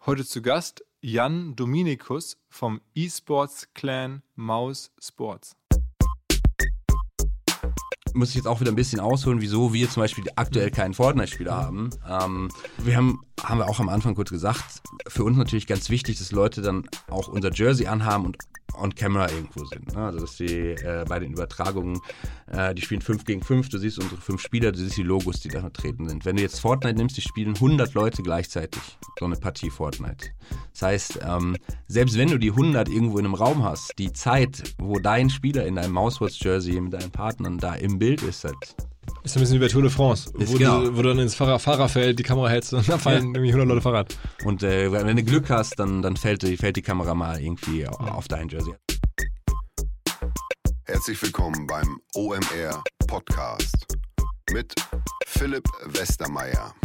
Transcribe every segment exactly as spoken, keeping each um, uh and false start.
Heute zu Gast Jan Dominikus vom E-Sports-Clan Maus Sports. Muss ich jetzt auch wieder ein bisschen ausholen, wieso wir zum Beispiel aktuell keinen Fortnite-Spieler haben. Ähm, wir haben, haben wir auch am Anfang kurz gesagt, für uns natürlich ganz wichtig, dass Leute dann auch unser Jersey anhaben und on camera irgendwo sind. Ne? Also dass die äh, bei den Übertragungen, äh, die spielen fünf gegen fünf, du siehst unsere fünf Spieler, du siehst die Logos, die da vertreten sind. Wenn du jetzt Fortnite nimmst, die spielen hundert Leute gleichzeitig so eine Partie Fortnite. Das heißt, ähm, selbst wenn du die hundert irgendwo in einem Raum hast, die Zeit, wo dein Spieler in deinem Mousesports-Jersey mit deinen Partnern da im Bild ist, halt ist ein bisschen wie bei Tour de France, wo, genau. du, wo du dann ins Fahrer, Fahrerfeld die Kamera hältst und da fallen ja. irgendwie hundert Leute Fahrrad. Und äh, wenn du Glück hast, dann, dann fällt, die, fällt die Kamera mal irgendwie auf dein Jersey. Herzlich willkommen beim O M R Podcast mit Philipp Westermeier.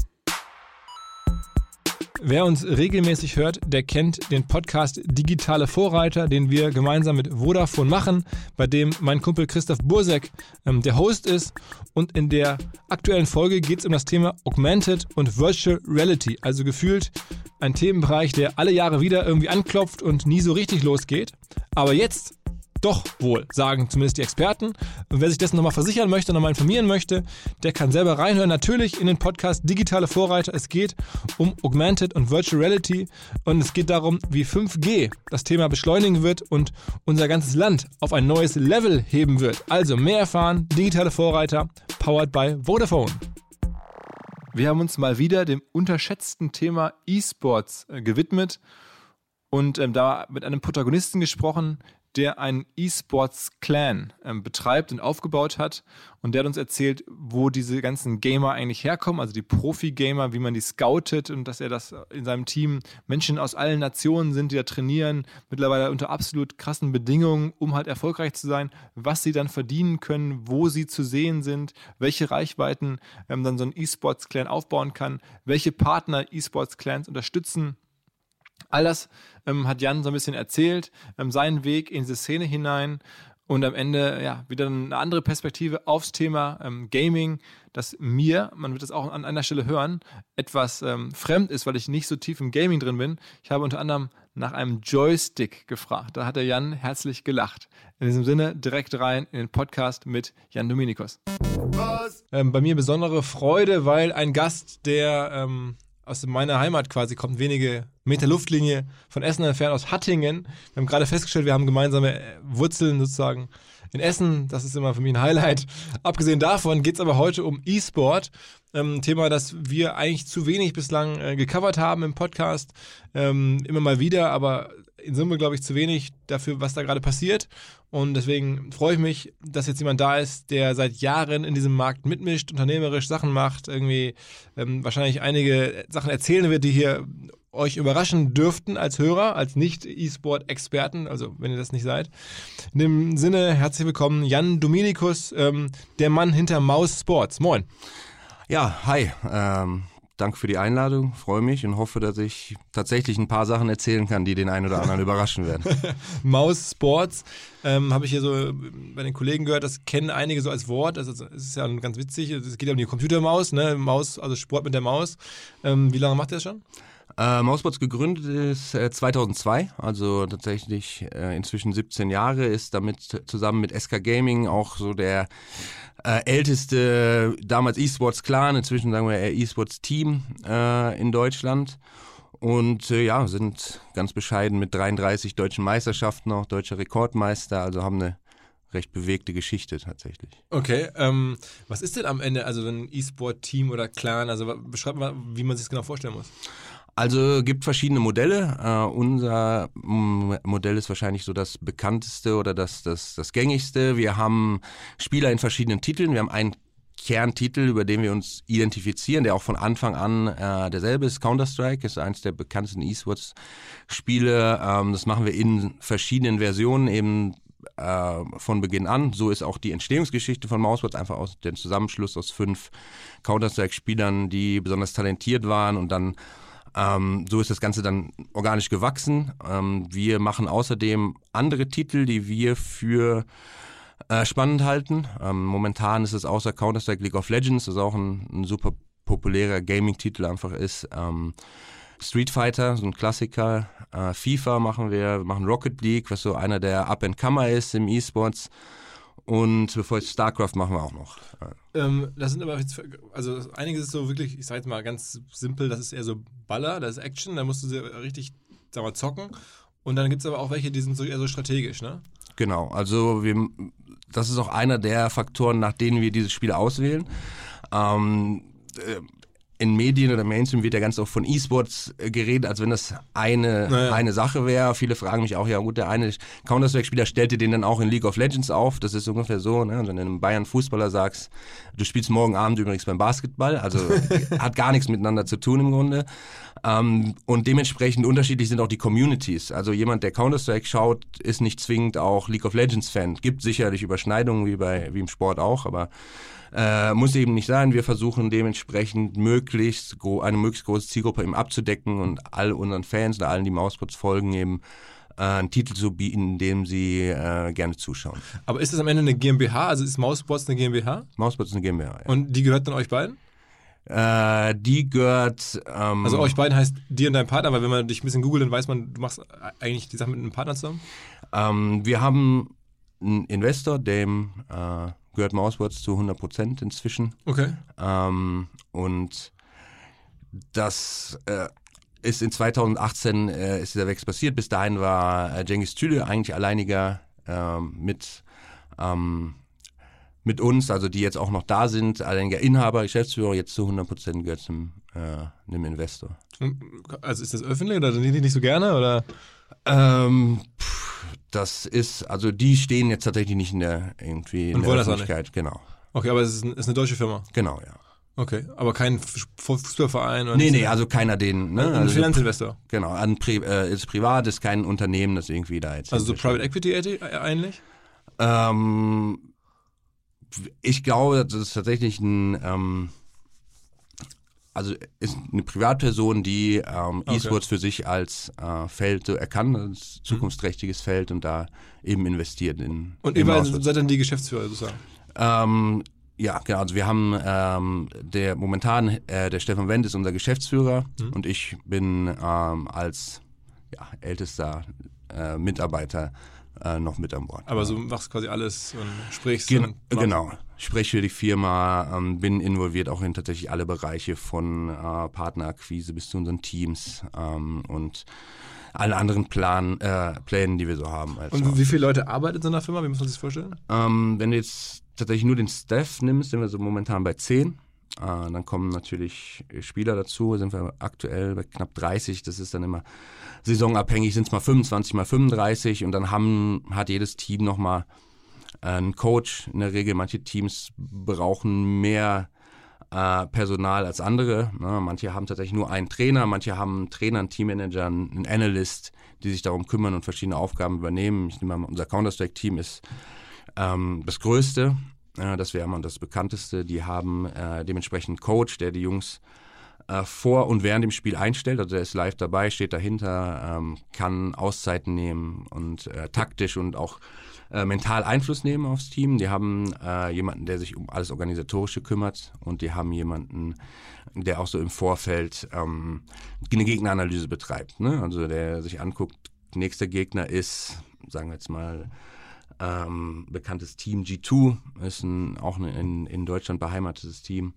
Wer uns regelmäßig hört, der kennt den Podcast Digitale Vorreiter, den wir gemeinsam mit Vodafone machen, bei dem mein Kumpel Christoph Bursek ähm, der Host ist. Und in der aktuellen Folge geht es um das Thema Augmented und Virtual Reality. Also gefühlt ein Themenbereich, der alle Jahre wieder irgendwie anklopft und nie so richtig losgeht. Aber jetzt doch wohl, sagen zumindest die Experten. Und wer sich dessen nochmal versichern möchte, nochmal informieren möchte, der kann selber reinhören. Natürlich in den Podcast Digitale Vorreiter. Es geht um Augmented und Virtual Reality und es geht darum, wie fünf G das Thema beschleunigen wird und unser ganzes Land auf ein neues Level heben wird. Also mehr erfahren, Digitale Vorreiter, powered by Vodafone. Wir haben uns mal wieder dem unterschätzten Thema E-Sports äh, gewidmet und ähm, da mit einem Protagonisten gesprochen, der einen E-Sports-Clan ähm, betreibt und aufgebaut hat und der hat uns erzählt, wo diese ganzen Gamer eigentlich herkommen, also die Profi-Gamer, wie man die scoutet und dass er das in seinem Team Menschen aus allen Nationen sind, die da trainieren, mittlerweile unter absolut krassen Bedingungen, um halt erfolgreich zu sein, was sie dann verdienen können, wo sie zu sehen sind, welche Reichweiten ähm, dann so ein E-Sports-Clan aufbauen kann, welche Partner E-Sports-Clans unterstützen. All das ähm, hat Jan so ein bisschen erzählt, ähm, seinen Weg in diese Szene hinein und am Ende ja wieder eine andere Perspektive aufs Thema ähm, Gaming, das mir, man wird das auch an einer Stelle hören, etwas ähm, fremd ist, weil ich nicht so tief im Gaming drin bin. Ich habe unter anderem nach einem Joystick gefragt. Da hat der Jan herzlich gelacht. In diesem Sinne direkt rein in den Podcast mit Jan Dominikus. Was? Ähm, bei mir besondere Freude, weil ein Gast, der ähm, aus meiner Heimat quasi kommt, wenige Meter Luftlinie von Essen entfernt, aus Hattingen. Wir haben gerade festgestellt, wir haben gemeinsame Wurzeln sozusagen in Essen. Das ist immer für mich ein Highlight. Abgesehen davon geht es aber heute um E-Sport. Ähm, ein Thema, das wir eigentlich zu wenig bislang äh, gecovert haben im Podcast. Ähm, immer mal wieder, aber in Summe, glaube ich, zu wenig dafür, was da gerade passiert. Und deswegen freue ich mich, dass jetzt jemand da ist, der seit Jahren in diesem Markt mitmischt, unternehmerisch Sachen macht, irgendwie ähm, wahrscheinlich einige Sachen erzählen wird, die hier euch überraschen dürften als Hörer, als Nicht-E-Sport-Experten, also wenn ihr das nicht seid. In dem Sinne, herzlich willkommen, Jan Dominikus, ähm, der Mann hinter Maus Sports. Moin. Ja, hi. Ähm, danke für die Einladung, freue mich und hoffe, dass ich tatsächlich ein paar Sachen erzählen kann, die den einen oder anderen überraschen werden. Maus Sports, ähm, habe ich hier so bei den Kollegen gehört, das kennen einige so als Wort, also es ist ja ganz witzig, es geht ja um die Computermaus, ne? Maus, also Sport mit der Maus. Ähm, wie lange macht ihr das schon? Äh, Mausports gegründet ist äh, zweitausendzwei, also tatsächlich äh, inzwischen siebzehn Jahre, ist damit zusammen mit S K Gaming auch so der äh, älteste, damals E-Sports-Clan, inzwischen sagen wir eher E-Sports-Team äh, in Deutschland und äh, ja, sind ganz bescheiden mit dreiunddreißig deutschen Meisterschaften, auch deutscher Rekordmeister, also haben eine recht bewegte Geschichte tatsächlich. Okay, ähm, was ist denn am Ende, also ein E-Sport-Team oder Clan, also beschreib mal, wie man sich das genau vorstellen muss. Also gibt verschiedene Modelle. Uh, unser m- Modell ist wahrscheinlich so das bekannteste oder das, das, das gängigste. Wir haben Spieler in verschiedenen Titeln. Wir haben einen Kerntitel, über den wir uns identifizieren, der auch von Anfang an äh, derselbe ist. Counter-Strike ist eines der bekanntesten E-Sports-Spiele. Ähm, das machen wir in verschiedenen Versionen eben äh, von Beginn an. So ist auch die Entstehungsgeschichte von Mausports, einfach aus dem Zusammenschluss aus fünf Counter-Strike-Spielern, die besonders talentiert waren und dann Ähm, so ist das Ganze dann organisch gewachsen. Ähm, wir machen außerdem andere Titel, die wir für äh, spannend halten. Ähm, momentan ist es außer Counter-Strike League of Legends, das auch ein, ein super populärer Gaming-Titel einfach ist. Ähm, Street Fighter, so ein Klassiker. Äh, FIFA machen wir, wir machen Rocket League, was so einer der Up-and-Comer ist im E-Sports. Und bevor jetzt StarCraft machen wir auch noch. Ähm, das sind aber jetzt, also einiges ist so wirklich, ich sag jetzt mal ganz simpel, das ist eher so Baller, das ist Action, da musst du sie richtig, sag mal, zocken. Und dann gibt es aber auch welche, die sind so eher so strategisch, ne? Genau, also wir, das ist auch einer der Faktoren, nach denen wir diese Spiele auswählen. Ähm, in Medien oder Mainstream wird ja ganz oft von E-Sports geredet, als wenn das eine, naja. eine Sache wäre. Viele fragen mich auch, ja gut, der eine Counter-Strike-Spieler stellt dir den dann auch in League of Legends auf. Das ist ungefähr so, ne? Und wenn du einem Bayern-Fußballer sagst, du spielst morgen Abend übrigens beim Basketball, also hat gar nichts miteinander zu tun im Grunde. Ähm, und dementsprechend unterschiedlich sind auch die Communities. Also jemand, der Counter-Strike schaut, ist nicht zwingend auch League of Legends-Fan. Gibt sicherlich Überschneidungen wie bei wie im Sport auch, aber Äh, muss eben nicht sein. Wir versuchen dementsprechend möglichst gro- eine möglichst große Zielgruppe eben abzudecken und all unseren Fans oder allen, die Mousesports folgen, eben äh, einen Titel zu bieten, dem sie äh, gerne zuschauen. Aber ist das am Ende eine GmbH? Also ist Mousesports eine GmbH? Mousesports ist eine GmbH, ja. Und die gehört dann euch beiden? Äh, die gehört... Ähm, also euch beiden heißt dir und dein Partner, weil wenn man dich ein bisschen googelt, dann weiß man, du machst eigentlich die Sache mit einem Partner zusammen? Ähm, wir haben einen Investor, dem... Äh, gehört Mousesports zu hundert Prozent inzwischen. Okay. Ähm, und das äh, ist in zweitausendachtzehn äh, ist dieser Wechsel passiert. Bis dahin war äh, Cengiz Tüle eigentlich alleiniger äh, mit, ähm, mit uns, also die jetzt auch noch da sind, alleiniger Inhaber, Geschäftsführer, jetzt zu hundert Prozent gehört zum äh, einem Investor. Also ist das öffentlich oder sind die nicht so gerne? Oder? Ähm, pff, das ist, also die stehen jetzt tatsächlich nicht in der irgendwie in und der wollen Öffentlichkeit, das auch nicht? Genau. Okay, aber es ist, ein, ist eine deutsche Firma? Genau, ja. Okay, aber kein Fußballverein? Oder nee, nee, also keiner den. Ne? Ein also Finanzinvestor? Genau, ein Pri- äh, ist privat, ist kein Unternehmen, das irgendwie da jetzt... Also so Private Equity eigentlich? Ähm, ich glaube, das ist tatsächlich ein... Ähm, also ist eine Privatperson, die ähm, okay. E-Sports für sich als äh, Feld so erkannt, als zukunftsträchtiges mhm. Feld und da eben investiert in. Und ihr beiden seid dann die Geschäftsführer sozusagen? Ähm, ja, genau. Also wir haben ähm, der momentan äh, der Stefan Wendt ist unser Geschäftsführer mhm. und ich bin ähm, als ja, ältester äh, Mitarbeiter äh, noch mit an Bord. Aber so machst quasi alles und sprichst. Gen- und genau. Ich spreche für die Firma, ähm, bin involviert auch in tatsächlich alle Bereiche von äh, Partnerakquise bis zu unseren Teams ähm, und allen anderen Plan, äh, Plänen, die wir so haben. Als und wie viele Leute arbeiten in so einer Firma? Wie muss man sich das vorstellen? Ähm, wenn du jetzt tatsächlich nur den Staff nimmst, sind wir so momentan bei zehn. Äh, dann kommen natürlich Spieler dazu, sind wir aktuell bei knapp dreißig. Das ist dann immer saisonabhängig, sind es mal fünfundzwanzig, mal fünfunddreißig und dann haben, hat jedes Team nochmal ein Coach in der Regel. Manche Teams brauchen mehr äh, Personal als andere. Ne? Manche haben tatsächlich nur einen Trainer, manche haben einen Trainer, einen Teammanager, einen Analyst, die sich darum kümmern und verschiedene Aufgaben übernehmen. Ich nehme mal, unser Counter-Strike-Team ist ähm, das größte, äh, das wäre immer das bekannteste. Die haben äh, dementsprechend einen Coach, der die Jungs äh, vor und während dem Spiel einstellt. Also der ist live dabei, steht dahinter, ähm, kann Auszeiten nehmen und äh, taktisch und auch Äh, mental Einfluss nehmen aufs Team. Die haben äh, jemanden, der sich um alles Organisatorische kümmert und die haben jemanden, der auch so im Vorfeld ähm, eine Gegneranalyse betreibt. Ne? Also der sich anguckt, nächster Gegner ist, sagen wir jetzt mal, ähm, bekanntes Team G zwei, ist ein, auch ein in, in Deutschland beheimatetes Team.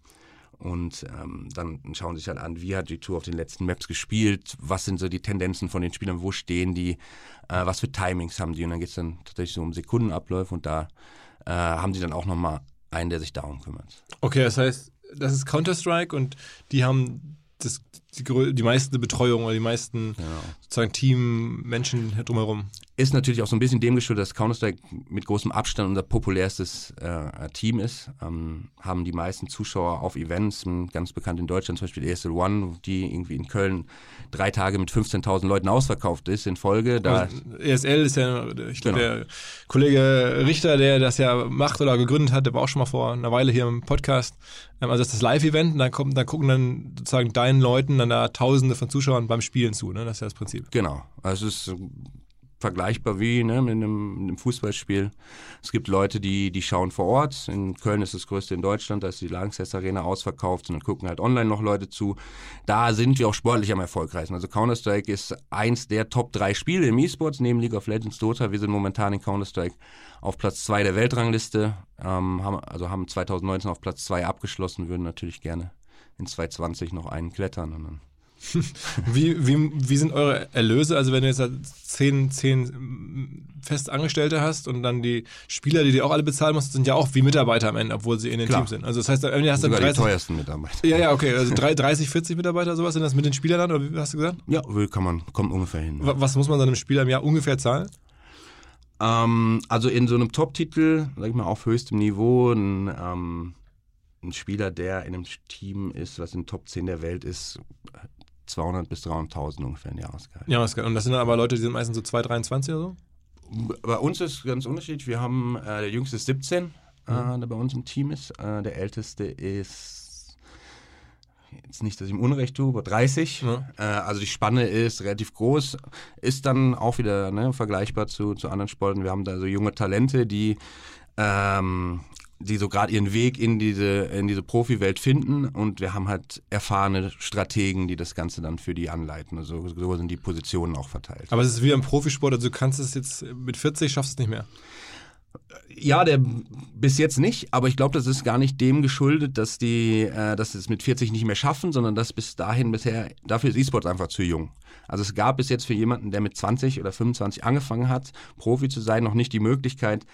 Und ähm, dann schauen sie sich halt an, wie hat G zwei auf den letzten Maps gespielt, was sind so die Tendenzen von den Spielern, wo stehen die, äh, was für Timings haben die. Und dann geht es dann tatsächlich so um Sekundenabläufe und da äh, haben sie dann auch nochmal einen, der sich darum kümmert. Okay, das heißt, das ist Counter-Strike und die haben das, die, die meiste Betreuung oder die meisten ja. sozusagen Team-Menschen drumherum. Ist natürlich auch so ein bisschen dem geschuldet, dass Counter-Strike mit großem Abstand unser populärstes äh, Team ist. Ähm, haben die meisten Zuschauer auf Events, ganz bekannt in Deutschland, zum Beispiel E S L One, die irgendwie in Köln drei Tage mit fünfzehntausend Leuten ausverkauft ist in Folge. Da E S L ist ja, ich glaube, genau. Der Kollege Richter, der das ja macht oder gegründet hat, der war auch schon mal vor einer Weile hier im Podcast. Ähm, also das ist das Live-Event und dann, kommt, dann gucken dann sozusagen deinen Leuten dann da Tausende von Zuschauern beim Spielen zu. Ne? Das ist ja das Prinzip. Genau. Also es ist vergleichbar wie ne, mit, einem, mit einem Fußballspiel. Es gibt Leute, die, die schauen vor Ort. In Köln ist das größte in Deutschland, da ist die Lanxess Arena ausverkauft und dann gucken halt online noch Leute zu. Da sind wir auch sportlich am erfolgreichsten. Also Counter-Strike ist eins der Top drei Spiele im E-Sports, neben League of Legends, Dota. Wir sind momentan in Counter-Strike auf Platz zwei der Weltrangliste, ähm, haben, also haben zwanzig neunzehn auf Platz zwei abgeschlossen, würden natürlich gerne in zwanzig zwanzig noch einen klettern und dann Wie, wie, wie sind eure Erlöse? Also wenn du jetzt zehn, zehn Festangestellte hast und dann die Spieler, die dir auch alle bezahlen musst, sind ja auch wie Mitarbeiter am Ende, obwohl sie in den Klar. Teams sind. Also das heißt, am Ende hast du sogar dreißig, die teuersten Mitarbeiter. Ja, ja, okay. Also dreißig, vierzig Mitarbeiter, sowas sind das mit den Spielern dann, oder wie hast du gesagt? Ja, kann man, kommt ungefähr hin. Was muss man so einem Spieler im Jahr ungefähr zahlen? Ähm, also in so einem Top-Titel, sag ich mal, auf höchstem Niveau, ein, ähm, ein Spieler, der in einem Team ist, was in Top zehn der Welt ist, zweihundert bis dreihunderttausend ungefähr ein Jahresgehalt. Jahresgehalt. Und das sind dann aber Leute, die sind meistens so zwei, dreiundzwanzig oder so? Bei uns ist ganz unterschiedlich. Wir haben, äh, der jüngste ist siebzehn, äh, Mhm. der bei uns im Team ist. Äh, der älteste ist, jetzt nicht, dass ich ihm Unrecht tue, aber dreißig. Ja. Äh, also die Spanne ist relativ groß. Ist dann auch wieder ne, vergleichbar zu, zu anderen Sporten. Wir haben da so junge Talente, die ähm, die so gerade ihren Weg in diese, in diese Profi-Welt finden und wir haben halt erfahrene Strategen, die das Ganze dann für die anleiten. Also so sind die Positionen auch verteilt. Aber es ist wie im Profisport, also du kannst es jetzt mit vierzig, schaffst es nicht mehr. Ja, der bis jetzt nicht, aber ich glaube, das ist gar nicht dem geschuldet, dass die, äh, dass sie es mit vierzig nicht mehr schaffen, sondern dass bis dahin bisher, dafür ist E-Sports einfach zu jung. Also es gab bis jetzt für jemanden, der mit zwanzig oder fünfundzwanzig angefangen hat, Profi zu sein, noch nicht die Möglichkeit,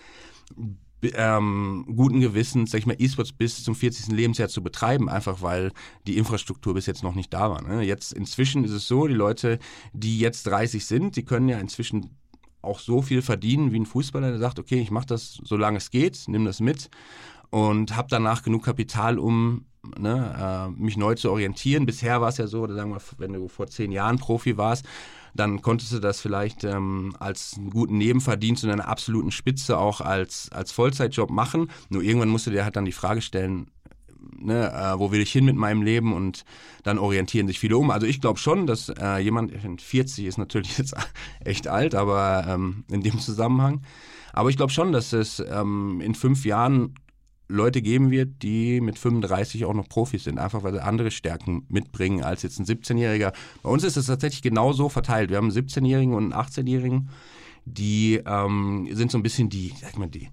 Ähm, guten Gewissens, sag ich mal, E-Sports bis zum vierzigsten Lebensjahr zu betreiben, einfach weil die Infrastruktur bis jetzt noch nicht da war. Ne? Jetzt inzwischen ist es so, die Leute, die jetzt dreißig sind, die können ja inzwischen auch so viel verdienen wie ein Fußballer, der sagt, okay, ich mache das, solange es geht, nimm das mit und habe danach genug Kapital, um ne, äh, mich neu zu orientieren. Bisher war es ja so, oder sagen wir, wenn du vor zehn Jahren Profi warst, dann konntest du das vielleicht ähm, als einen guten Nebenverdienst in einer absoluten Spitze auch als, als Vollzeitjob machen. Nur irgendwann musst du dir halt dann die Frage stellen, ne, äh, wo will ich hin mit meinem Leben und dann orientieren sich viele um. Also ich glaube schon, dass äh, jemand, ich finde vierzig ist natürlich jetzt echt alt, aber ähm, in dem Zusammenhang. Aber ich glaube schon, dass es ähm, in fünf Jahren Leute geben wird, die mit fünfunddreißig auch noch Profis sind, einfach weil sie andere Stärken mitbringen als jetzt ein siebzehnjähriger. Bei uns ist es tatsächlich genau so verteilt. Wir haben einen siebzehnjährigen und einen achtzehnjährigen, die ähm, sind so ein bisschen die, sag mal, die,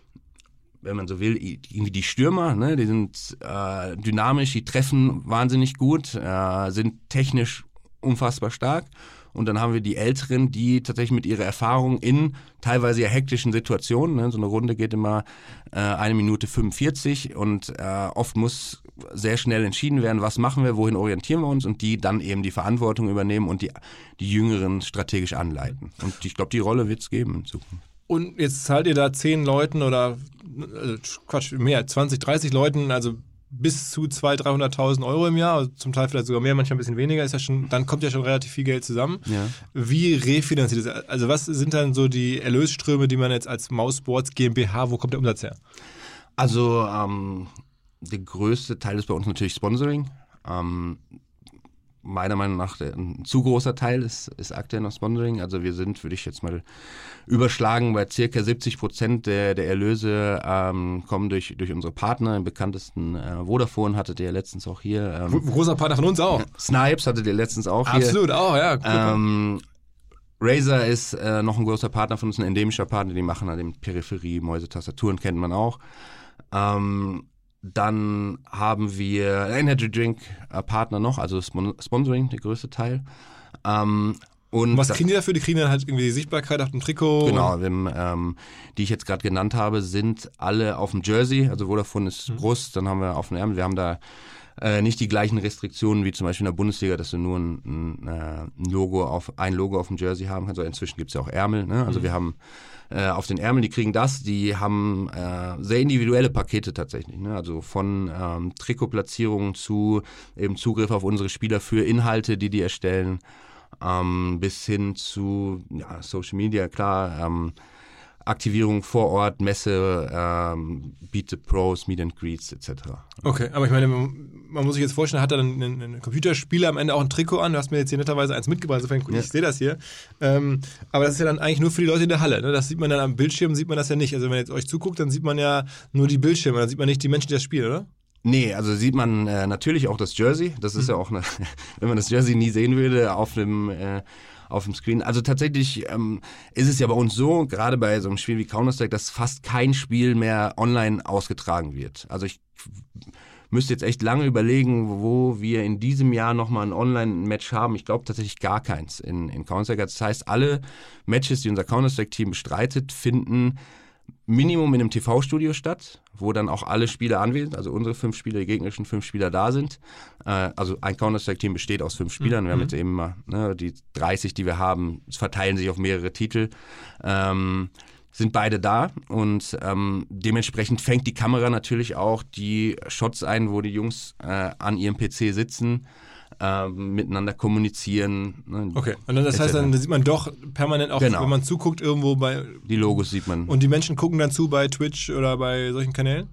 wenn man so will, irgendwie die Stürmer, ne? Die sind äh, dynamisch, die treffen wahnsinnig gut, äh, sind technisch unfassbar stark. Und dann haben wir die Älteren, die tatsächlich mit ihrer Erfahrung in teilweise ja hektischen Situationen, ne, so eine Runde geht immer äh, eine Minute fünfundvierzig und äh, oft muss sehr schnell entschieden werden, was machen wir, wohin orientieren wir uns und die dann eben die Verantwortung übernehmen und die, die Jüngeren strategisch anleiten. Und ich glaube, die Rolle wird es geben in Zukunft. Und jetzt zahlt ihr da zehn Leuten oder, äh, Quatsch, mehr, zwanzig, dreißig Leuten, also bis zu zweihunderttausend, dreihunderttausend Euro im Jahr, also zum Teil vielleicht sogar mehr, manchmal ein bisschen weniger, ist ja schon, dann kommt ja schon relativ viel Geld zusammen. Ja. Wie refinanziert das? Also was sind dann so die Erlösströme, die man jetzt als Mousesports GmbH, wo kommt der Umsatz her? Also ähm, der größte Teil ist bei uns natürlich Sponsoring. Ähm, meiner Meinung nach der, ein zu großer Teil ist, ist aktuell noch Sponsoring. Also wir sind, würde ich jetzt mal überschlagen, bei circa siebzig Prozent der, der Erlöse ähm, kommen durch, durch unsere Partner. Im bekanntesten äh, Vodafone hattet ihr letztens auch hier. Ähm, Großer Partner von uns auch. Snipes hattet ihr letztens auch hier. Absolut, auch, ja. Ähm, Razer ist äh, noch ein großer Partner von uns, ein endemischer Partner. Die machen halt eben Peripherie, Mäuse, Tastaturen kennt man auch. Ähm, Dann haben wir Energy Drink äh, Partner noch, also Spon- Sponsoring, der größte Teil. Ähm, und was kriegen die dafür? Die kriegen dann halt irgendwie die Sichtbarkeit auf dem Trikot. Genau, wir haben, ähm, die ich jetzt gerade genannt habe, sind alle auf dem Jersey. Also Vodafone ist mhm. Brust, dann haben wir auf dem Ärmel. Wir haben da äh, nicht die gleichen Restriktionen wie zum Beispiel in der Bundesliga, dass du nur ein, ein, ein Logo auf ein Logo auf dem Jersey haben kannst. Also inzwischen gibt es ja auch Ärmel. Ne? Also mhm. wir haben äh, auf den Ärmeln, die kriegen das, die haben äh, sehr individuelle Pakete tatsächlich. Ne? Also von ähm, Trikotplatzierungen zu eben Zugriff auf unsere Spieler für Inhalte, die die erstellen, ähm, bis hin zu ja, Social Media, klar. Ähm, Aktivierung vor Ort, Messe, ähm, Beat the Pros, Meet and Greets et cetera. Okay, aber ich meine, man muss sich jetzt vorstellen, hat er dann einen, einen Computerspieler am Ende auch ein Trikot an? Du hast mir jetzt hier netterweise eins mitgebracht, insofern gut, ja. Ich sehe das hier. Ähm, aber das ist ja dann eigentlich nur für die Leute in der Halle. Ne? Das sieht man dann am Bildschirm, sieht man das ja nicht. Also wenn man jetzt euch zuguckt, dann sieht man ja nur die Bildschirme, dann sieht man nicht die Menschen, die das spielen, oder? Nee, also sieht man äh, natürlich auch das Jersey. Das ist mhm. ja auch, eine, wenn man das Jersey nie sehen würde, auf dem... Äh, auf dem Screen. Also tatsächlich ähm, ist es ja bei uns so, gerade bei so einem Spiel wie Counter-Strike, dass fast kein Spiel mehr online ausgetragen wird. Also ich müsste jetzt echt lange überlegen, wo wir in diesem Jahr nochmal ein Online-Match haben. Ich glaube tatsächlich gar keins in, in Counter-Strike. Das heißt, alle Matches, die unser Counter-Strike-Team bestreitet, finden Minimum in einem T V-Studio statt, wo dann auch alle Spieler anwesend, also unsere fünf Spieler, die gegnerischen fünf Spieler da sind. Äh, also ein Counter-Strike-Team besteht aus fünf Spielern. Mhm. Wir haben jetzt eben mal ne, die dreißig, die wir haben, verteilen sich auf mehrere Titel. Ähm, sind beide da und ähm, dementsprechend fängt die Kamera natürlich auch die Shots ein, wo die Jungs äh, an ihrem P C sitzen, äh, miteinander kommunizieren. Ne, okay, und dann, das heißt, dann sieht man doch permanent auch, genau. Wenn man zuguckt, irgendwo bei... Die Logos sieht man. Und die Menschen gucken dann zu bei Twitch oder bei solchen Kanälen?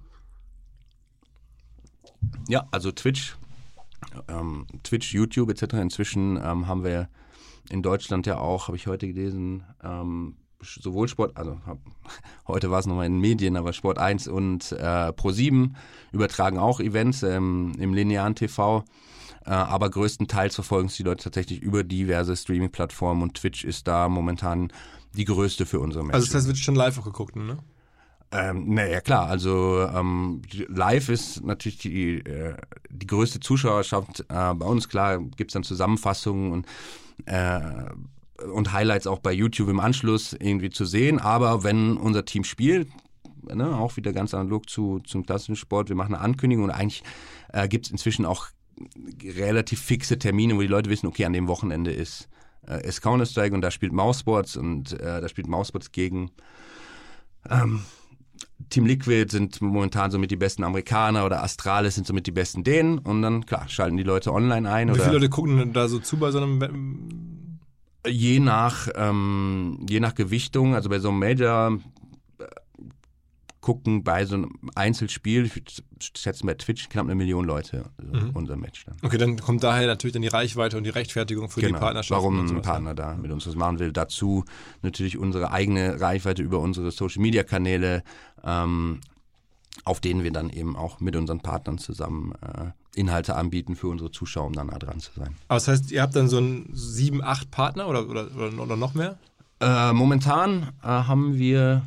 Ja, also Twitch, ähm, Twitch, YouTube et cetera. Inzwischen ähm, haben wir in Deutschland ja auch, habe ich heute gelesen, ähm, sowohl Sport, also hab, heute war es nochmal in den Medien, aber Sport eins und äh, Pro sieben übertragen auch Events ähm, im linearen T V. Äh, aber größtenteils verfolgen es die Leute tatsächlich über diverse Streaming-Plattformen und Twitch ist da momentan die größte für unsere Matches. Also das heißt, wird schon live auch geguckt, ne? Ähm, naja, klar, also ähm, live ist natürlich die, äh, die größte Zuschauerschaft äh, bei uns. Klar gibt es dann Zusammenfassungen und, äh, und Highlights auch bei YouTube im Anschluss irgendwie zu sehen. Aber wenn unser Team spielt, ne, auch wieder ganz analog zu, zum klassischen Sport, wir machen eine Ankündigung und eigentlich äh, gibt es inzwischen auch relativ fixe Termine, wo die Leute wissen, okay, an dem Wochenende ist, äh, ist Counter-Strike und da spielt Mousesports und äh, da spielt Mousesports gegen ähm, Team Liquid sind momentan somit die besten Amerikaner oder Astralis sind somit die besten Dänen und dann, klar, schalten die Leute online ein. Wie oder viele Leute gucken da so zu bei so einem... Je nach, ähm, je nach Gewichtung, also bei so einem Major gucken bei so einem Einzelspiel, ich schätze bei Twitch knapp eine Million Leute, also mhm. unser Match dann. Okay, dann kommt daher natürlich dann die Reichweite und die Rechtfertigung für genau, die Partnerschaft. Warum ein Partner da mit uns was machen will. Dazu natürlich unsere eigene Reichweite über unsere Social-Media-Kanäle, ähm, auf denen wir dann eben auch mit unseren Partnern zusammen äh, Inhalte anbieten für unsere Zuschauer, um dann nah dran zu sein. Aber das heißt, ihr habt dann so ein sieben, acht Partner oder, oder, oder noch mehr? Äh, momentan äh, haben wir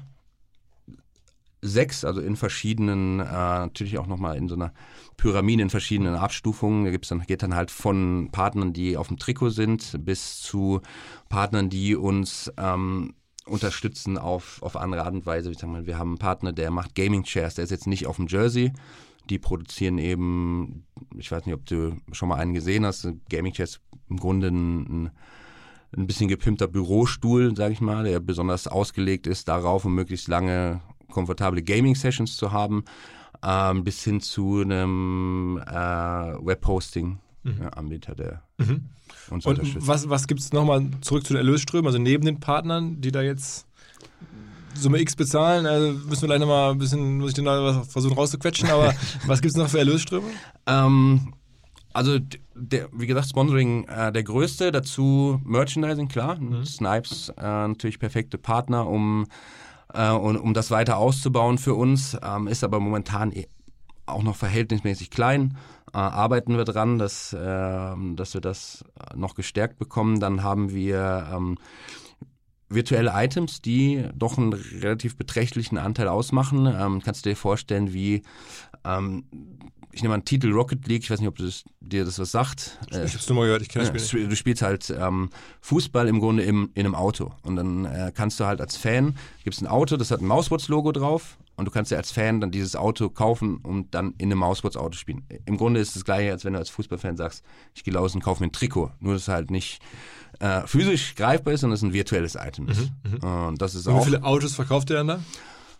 sechs, also in verschiedenen, äh, natürlich auch nochmal in so einer Pyramide in verschiedenen Abstufungen. Da gibt's dann, geht dann halt von Partnern, die auf dem Trikot sind, bis zu Partnern, die uns ähm, unterstützen auf, auf andere Art und Weise. Ich sag mal, wir haben einen Partner, der macht Gaming Chairs, der ist jetzt nicht auf dem Jersey. Die produzieren eben, ich weiß nicht, ob du schon mal einen gesehen hast, Gaming Chairs im Grunde ein, ein bisschen gepimpter Bürostuhl, sag ich mal, der besonders ausgelegt ist darauf, um möglichst lange komfortable Gaming-Sessions zu haben, ähm, bis hin zu einem äh, Web-Hosting-Anbieter, mhm. der mhm. uns Und unterstützt. Was, was gibt es nochmal zurück zu den Erlösströmen, also neben den Partnern, die da jetzt Summe X bezahlen, also müssen wir gleich nochmal ein bisschen, muss ich den da versuchen rauszuquetschen, aber was gibt es noch für Erlösströme? Ähm, also, der, wie gesagt, Sponsoring äh, der größte, dazu Merchandising, klar, mhm. Snipes äh, natürlich perfekte Partner, um Uh, und um das weiter auszubauen für uns, ähm, ist aber momentan auch noch verhältnismäßig klein. Äh, arbeiten wir dran, dass, äh, dass wir das noch gestärkt bekommen. Dann haben wir ähm, virtuelle Items, die doch einen relativ beträchtlichen Anteil ausmachen. Ähm, kannst du dir vorstellen, wie ähm, ich nehme mal einen Titel Rocket League, ich weiß nicht, ob das, dir das was sagt. Ich äh, hab's nur mal gehört, ich kenne das Spiel nicht. Du spielst halt ähm, Fußball im Grunde im, in einem Auto und dann äh, kannst du halt als Fan, gibt's ein Auto, das hat ein Mousebots-Logo drauf und du kannst dir als Fan dann dieses Auto kaufen und dann in einem Mousebots-Auto spielen. Im Grunde ist es das gleiche, als wenn du als Fußballfan sagst, ich gehe raus und kaufe mir ein Trikot, nur dass es halt nicht äh, physisch greifbar ist, sondern es ein virtuelles Item ist. Mhm, und das ist und auch, wie viele Autos verkauft ihr dann da?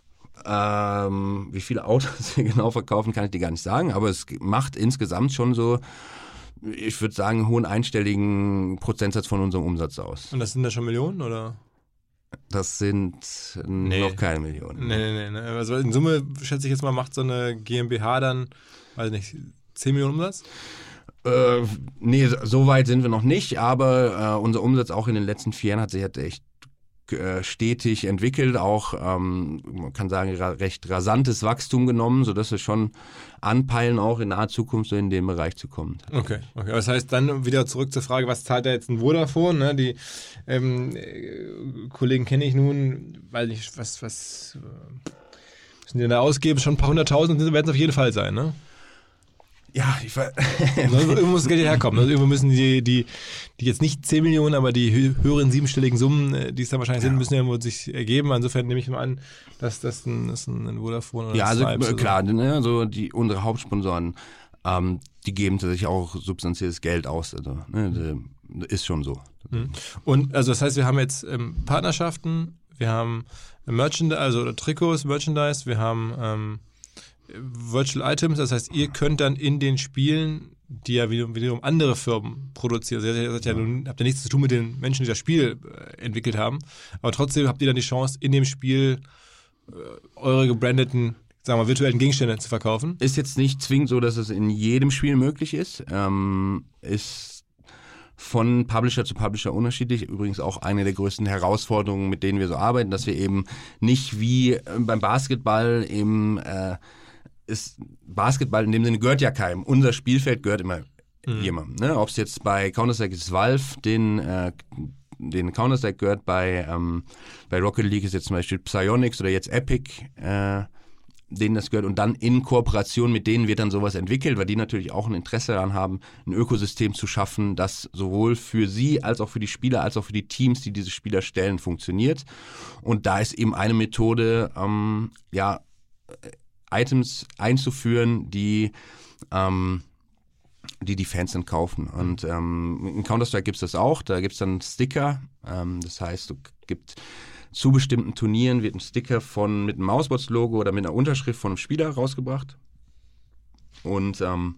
Ähm, wie viele Autos wir genau verkaufen, kann ich dir gar nicht sagen, aber es macht insgesamt schon so, ich würde sagen, einen hohen einstelligen Prozentsatz von unserem Umsatz aus. Und das sind da schon Millionen, oder? Das sind Nee. noch keine Millionen. Nee, nee, nee. Also in Summe, schätze ich jetzt mal, macht so eine GmbH dann, weiß nicht, zehn Millionen Umsatz? Äh, nee, so weit sind wir noch nicht, aber äh, unser Umsatz auch in den letzten vier Jahren hat sich halt echt äh, stetig entwickelt, auch, ähm, man kann sagen, ra- recht rasantes Wachstum genommen, sodass wir schon anpeilen, auch in naher Zukunft so in den Bereich zu kommen. Okay, okay. Das heißt, dann wieder zurück zur Frage, was zahlt da jetzt ein Vodafone? Ne? Die ähm, äh, Kollegen kenne ich nun, weil ich, was, was äh, müssen die denn da ausgeben? Schon ein paar hunderttausend werden es auf jeden Fall sein, ne? Ja, ich ver- Also irgendwo muss das Geld herkommen. Also irgendwo müssen die, die, die jetzt nicht zehn Millionen, aber die hö- höheren siebenstelligen Summen, äh, die es da wahrscheinlich Ja. sind, müssen ja wohl sich ergeben. Insofern nehme ich mal an, dass das ein, das ein, ein Vodafone oder Ja, ein also Stripes äh, oder so. klar, ne, so die, unsere Hauptsponsoren, ähm, die geben sich auch substanzielles Geld aus. Also, ne, die, ist schon so. Mhm. Und also das heißt, wir haben jetzt ähm, Partnerschaften, wir haben Merchandise, also oder Trikots, Merchandise, wir haben ähm, Virtual Items, das heißt, ihr könnt dann in den Spielen, die ja wiederum, wiederum andere Firmen produzieren, also ihr seid ja nun, habt ja nichts zu tun mit den Menschen, die das Spiel äh, entwickelt haben, aber trotzdem habt ihr dann die Chance, in dem Spiel äh, eure gebrandeten, sagen wir mal, virtuellen Gegenstände zu verkaufen. Ist jetzt nicht zwingend so, dass es in jedem Spiel möglich ist. Ähm, ist von Publisher zu Publisher unterschiedlich. Übrigens auch eine der größten Herausforderungen, mit denen wir so arbeiten, dass wir eben nicht wie äh, beim Basketball im äh, ist Basketball in dem Sinne gehört ja keinem. Unser Spielfeld gehört immer mhm. jemandem. Ne? Ob es jetzt bei Counter-Strike ist Valve, den, äh, den Counter-Strike gehört, bei, ähm, bei Rocket League ist jetzt zum Beispiel Psyonix oder jetzt Epic, äh, denen das gehört. Und dann in Kooperation mit denen wird dann sowas entwickelt, weil die natürlich auch ein Interesse daran haben, ein Ökosystem zu schaffen, das sowohl für sie als auch für die Spieler, als auch für die Teams, die diese Spieler stellen, funktioniert. Und da ist eben eine Methode, ähm, ja, Items einzuführen, die ähm, die die Fans dann kaufen. Und ähm, in Counter-Strike gibt es das auch. Da gibt es dann Sticker. Ähm, das heißt, es gibt zu bestimmten Turnieren wird ein Sticker von mit einem Mousebots-Logo oder mit einer Unterschrift von einem Spieler rausgebracht. Und ähm,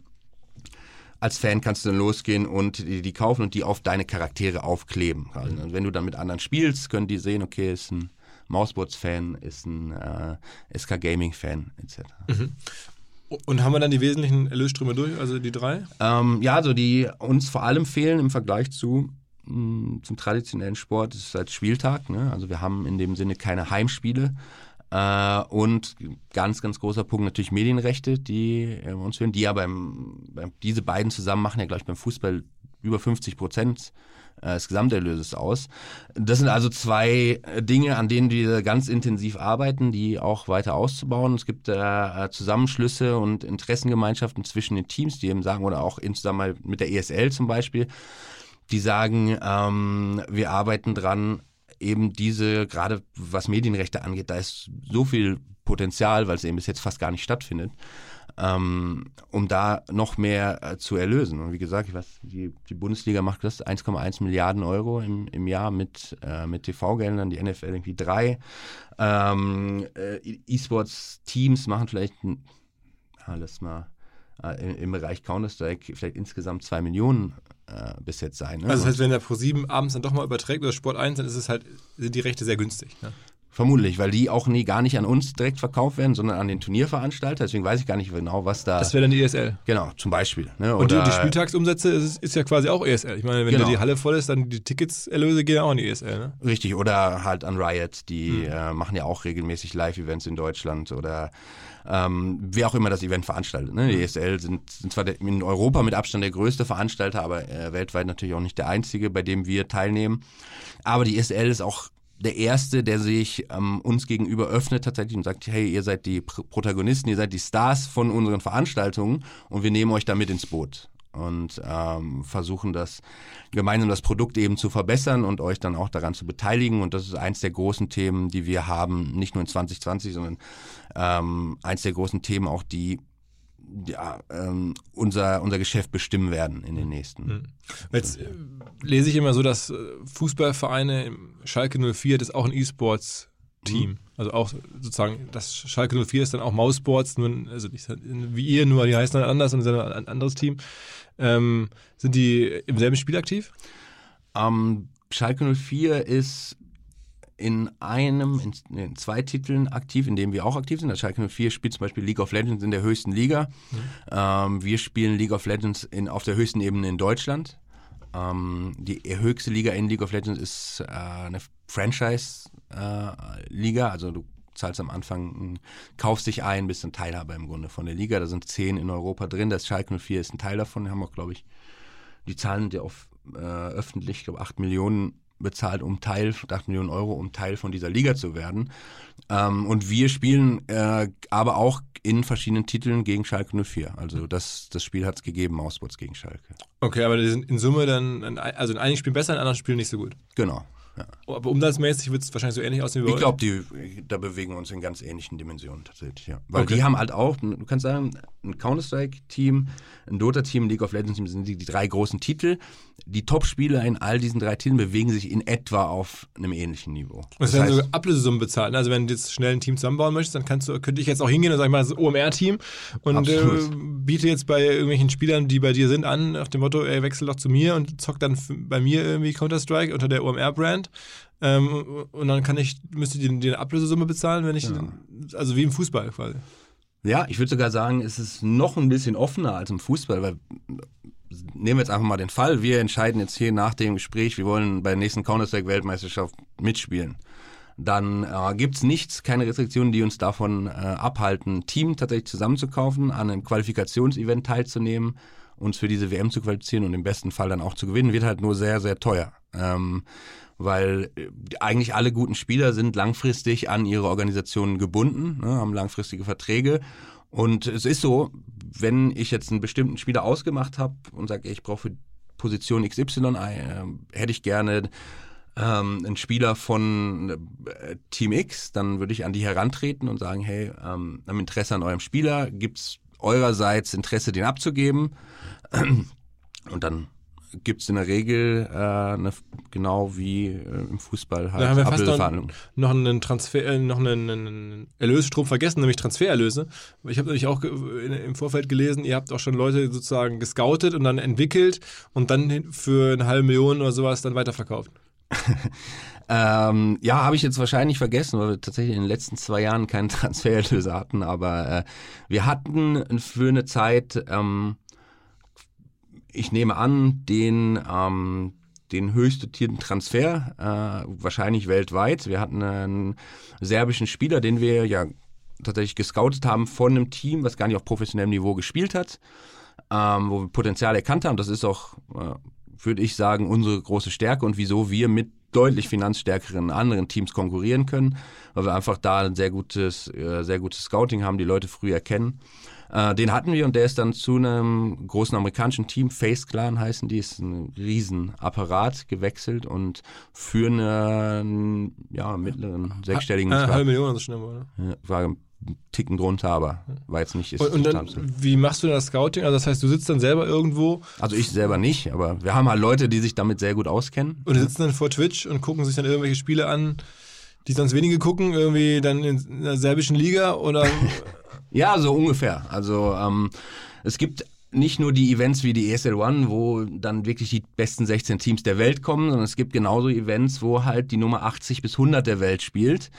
als Fan kannst du dann losgehen und die, die kaufen und die auf deine Charaktere aufkleben. Also, und wenn du dann mit anderen spielst, können die sehen, okay, ist ein Mousebots-Fan, ist ein äh, S K Gaming-Fan, et cetera. Mhm. Und haben wir dann die wesentlichen Erlösströme durch, also die drei? Ähm, ja, also die uns vor allem fehlen im Vergleich zu mh, zum traditionellen Sport, ist halt Spieltag. Ne? Also wir haben in dem Sinne keine Heimspiele. Äh, und ganz, ganz großer Punkt natürlich Medienrechte, die äh, uns fehlen, die ja beim, beim, diese beiden zusammen machen ja, glaube ich, beim Fußball über fünfzig Prozent des Gesamterlöses aus. Das sind also zwei Dinge, an denen wir ganz intensiv arbeiten, die auch weiter auszubauen. Es gibt äh, Zusammenschlüsse und Interessengemeinschaften zwischen den Teams, die eben sagen, oder auch in Zusammenhang mit der E S L zum Beispiel, die sagen, ähm, wir arbeiten dran, eben diese, gerade was Medienrechte angeht, da ist so viel Potenzial, weil es eben bis jetzt fast gar nicht stattfindet, ähm, um da noch mehr äh, zu erlösen. Und wie gesagt, ich weiß, die, die Bundesliga macht das eins Komma eins Milliarden Euro im, im Jahr mit, äh, mit T V-Geldern, die N F L irgendwie drei. Ähm, äh, E-Sports-Teams machen vielleicht, ja, lass mal, äh, im Bereich Counter-Strike vielleicht insgesamt zwei Millionen äh, bis jetzt sein. Ne? Also das heißt, wenn der ProSieben abends dann doch mal überträgt oder Sport eins, dann ist es halt, sind die Rechte sehr günstig. Ne? Vermutlich, weil die auch nie gar nicht an uns direkt verkauft werden, sondern an den Turnierveranstalter. Deswegen weiß ich gar nicht genau, was da... Das wäre dann die E S L. Genau, zum Beispiel. Ne? Und die, Oder, die Spieltagsumsätze ist, ist ja quasi auch E S L. Ich meine, wenn Genau. da die Halle voll ist, dann die Ticketserlöse gehen ja auch in die E S L. Ne? Richtig, oder halt an Riot, die Mhm. äh, machen ja auch regelmäßig Live-Events in Deutschland oder ähm, wer auch immer das Event veranstaltet. Ne? Die E S L sind, sind zwar der, in Europa mit Abstand der größte Veranstalter, aber äh, weltweit natürlich auch nicht der einzige, bei dem wir teilnehmen. Aber die E S L ist auch der Erste, der sich ähm, uns gegenüber öffnet tatsächlich und sagt, hey, ihr seid die Pr- Protagonisten, ihr seid die Stars von unseren Veranstaltungen und wir nehmen euch da mit ins Boot und ähm, versuchen das gemeinsam das Produkt eben zu verbessern und euch dann auch daran zu beteiligen. Und das ist eins der großen Themen, die wir haben, nicht nur in zwanzig zwanzig, sondern ähm, eins der großen Themen auch, die ja, ähm, unser, unser Geschäft bestimmen werden in den nächsten. Mhm. Jetzt äh, lese ich immer so, dass äh, Fußballvereine, im Schalke null vier, das ist auch ein E-Sports-Team. Mhm. Also auch sozusagen, das Schalke null vier ist dann auch Mausports, nur, also nicht wie ihr, nur die heißen dann anders und sind ein anderes Team. Ähm, sind die im selben Spiel aktiv? Ähm, Schalke null vier ist in einem, in, in zwei Titeln aktiv, in denen wir auch aktiv sind. Schalke null vier spielt zum Beispiel League of Legends in der höchsten Liga. Mhm. Ähm, wir spielen League of Legends in, auf der höchsten Ebene in Deutschland. Ähm, die höchste Liga in League of Legends ist äh, eine Franchise-Liga, äh, also du zahlst am Anfang, kaufst dich ein, bist ein Teilhaber im Grunde von der Liga. Da sind zehn in Europa drin. Das Schalke null vier ist ein Teil davon. Wir haben auch, glaube ich, die Zahlen sind ja auf äh, öffentlich, ich glaube, acht Millionen bezahlt, um Teil, acht Millionen Euro, um Teil von dieser Liga zu werden. Ähm, und wir spielen äh, aber auch in verschiedenen Titeln gegen Schalke null vier. Also das, das Spiel hat es gegeben, Mausbots gegen Schalke. Okay, aber die sind in Summe dann, also in einigen Spielen besser, in anderen Spielen nicht so gut. Genau. Ja. Aber umsatzmäßig wird es wahrscheinlich so ähnlich aussehen wie bei Ich euch? glaube, da bewegen wir uns in ganz ähnlichen Dimensionen tatsächlich, ja. Weil Okay. die haben halt auch, du kannst sagen, ein Counter-Strike-Team, ein Dota-Team, ein League of Legends-Team sind die, die drei großen Titel. Die Top-Spieler in all diesen drei Titeln bewegen sich in etwa auf einem ähnlichen Niveau. Und es Das werden heißt, sogar Ablösesummen bezahlt. Also wenn du jetzt schnell ein Team zusammenbauen möchtest, dann kannst du, könnte ich jetzt auch hingehen und sagen, mal das O M R-Team und äh, Absolut. biete jetzt bei irgendwelchen Spielern, die bei dir sind, an, nach dem Motto, ey, wechsel doch zu mir und zock dann f- bei mir irgendwie Counter-Strike unter der O M R-Brand. Ähm, und dann kann ich, müsste ich die, die eine Ablösesumme bezahlen, wenn ich, Ja. also wie im Fußball quasi. Ja, ich würde sogar sagen, es ist noch ein bisschen offener als im Fußball, weil nehmen wir jetzt einfach mal den Fall, wir entscheiden jetzt hier nach dem Gespräch, wir wollen bei der nächsten Counter-Strike-Weltmeisterschaft mitspielen. Dann äh, gibt's nichts, keine Restriktionen, die uns davon äh, abhalten, ein Team tatsächlich zusammenzukaufen, an einem Qualifikationsevent teilzunehmen, uns für diese W M zu qualifizieren und im besten Fall dann auch zu gewinnen, wird halt nur sehr, sehr teuer. Ähm, weil äh, eigentlich alle guten Spieler sind langfristig an ihre Organisationen gebunden, ne, haben langfristige Verträge. Und es ist so, wenn ich jetzt einen bestimmten Spieler ausgemacht habe und sage, ich brauche für Position X Y, äh, hätte ich gerne ähm, einen Spieler von äh, Team X, dann würde ich an die herantreten und sagen, hey, ähm, am Interesse an eurem Spieler, gibt's eurerseits Interesse, den abzugeben? Und dann gibt es in der Regel äh, eine, genau wie äh, im Fußball halt Da haben wir fast noch, Ablöseverhandlungen. noch einen Transfer, äh, noch einen, einen Erlösstrom vergessen, nämlich Transfererlöse. Ich habe nämlich auch ge- in, im Vorfeld gelesen, ihr habt auch schon Leute sozusagen gescoutet und dann entwickelt und dann für eine halbe Million oder sowas dann weiterverkauft. Ähm, ja, habe ich jetzt wahrscheinlich vergessen, weil wir tatsächlich in den letzten zwei Jahren keinen Transfererlöse hatten, aber äh, wir hatten für eine Zeit, ähm, ich nehme an, den, ähm, den höchst dotierten Transfer, äh, wahrscheinlich weltweit. Wir hatten einen serbischen Spieler, den wir ja tatsächlich gescoutet haben von einem Team, was gar nicht auf professionellem Niveau gespielt hat, ähm, wo wir Potenzial erkannt haben. Das ist auch, äh, würde ich sagen, unsere große Stärke und wieso wir mit deutlich finanzstärkeren anderen Teams konkurrieren können, weil wir einfach da ein sehr gutes, äh, sehr gutes Scouting haben, die Leute früh erkennen. Äh, den hatten wir und der ist dann zu einem großen amerikanischen Team, Face Clan heißen die, ist ein Riesenapparat gewechselt und für einen ja, mittleren, sechsstelligen Eine Betrag. halbe Million ist schon immer, oder? Ja, war ein Ticken drunter, aber war jetzt nicht... Ist Und, und dann, wie machst du das Scouting? Also das heißt, du sitzt dann selber irgendwo also ich selber nicht, aber wir haben halt Leute, die sich damit sehr gut auskennen. und die sitzen dann vor Twitch und gucken sich dann irgendwelche Spiele an, die sonst wenige gucken, irgendwie dann in der serbischen Liga oder... Ja, so ungefähr. Also ähm, es gibt nicht nur die Events wie die E S L One, wo dann wirklich die besten sechzehn Teams der Welt kommen, sondern es gibt genauso Events, wo halt die Nummer achtzig bis hundert der Welt spielt.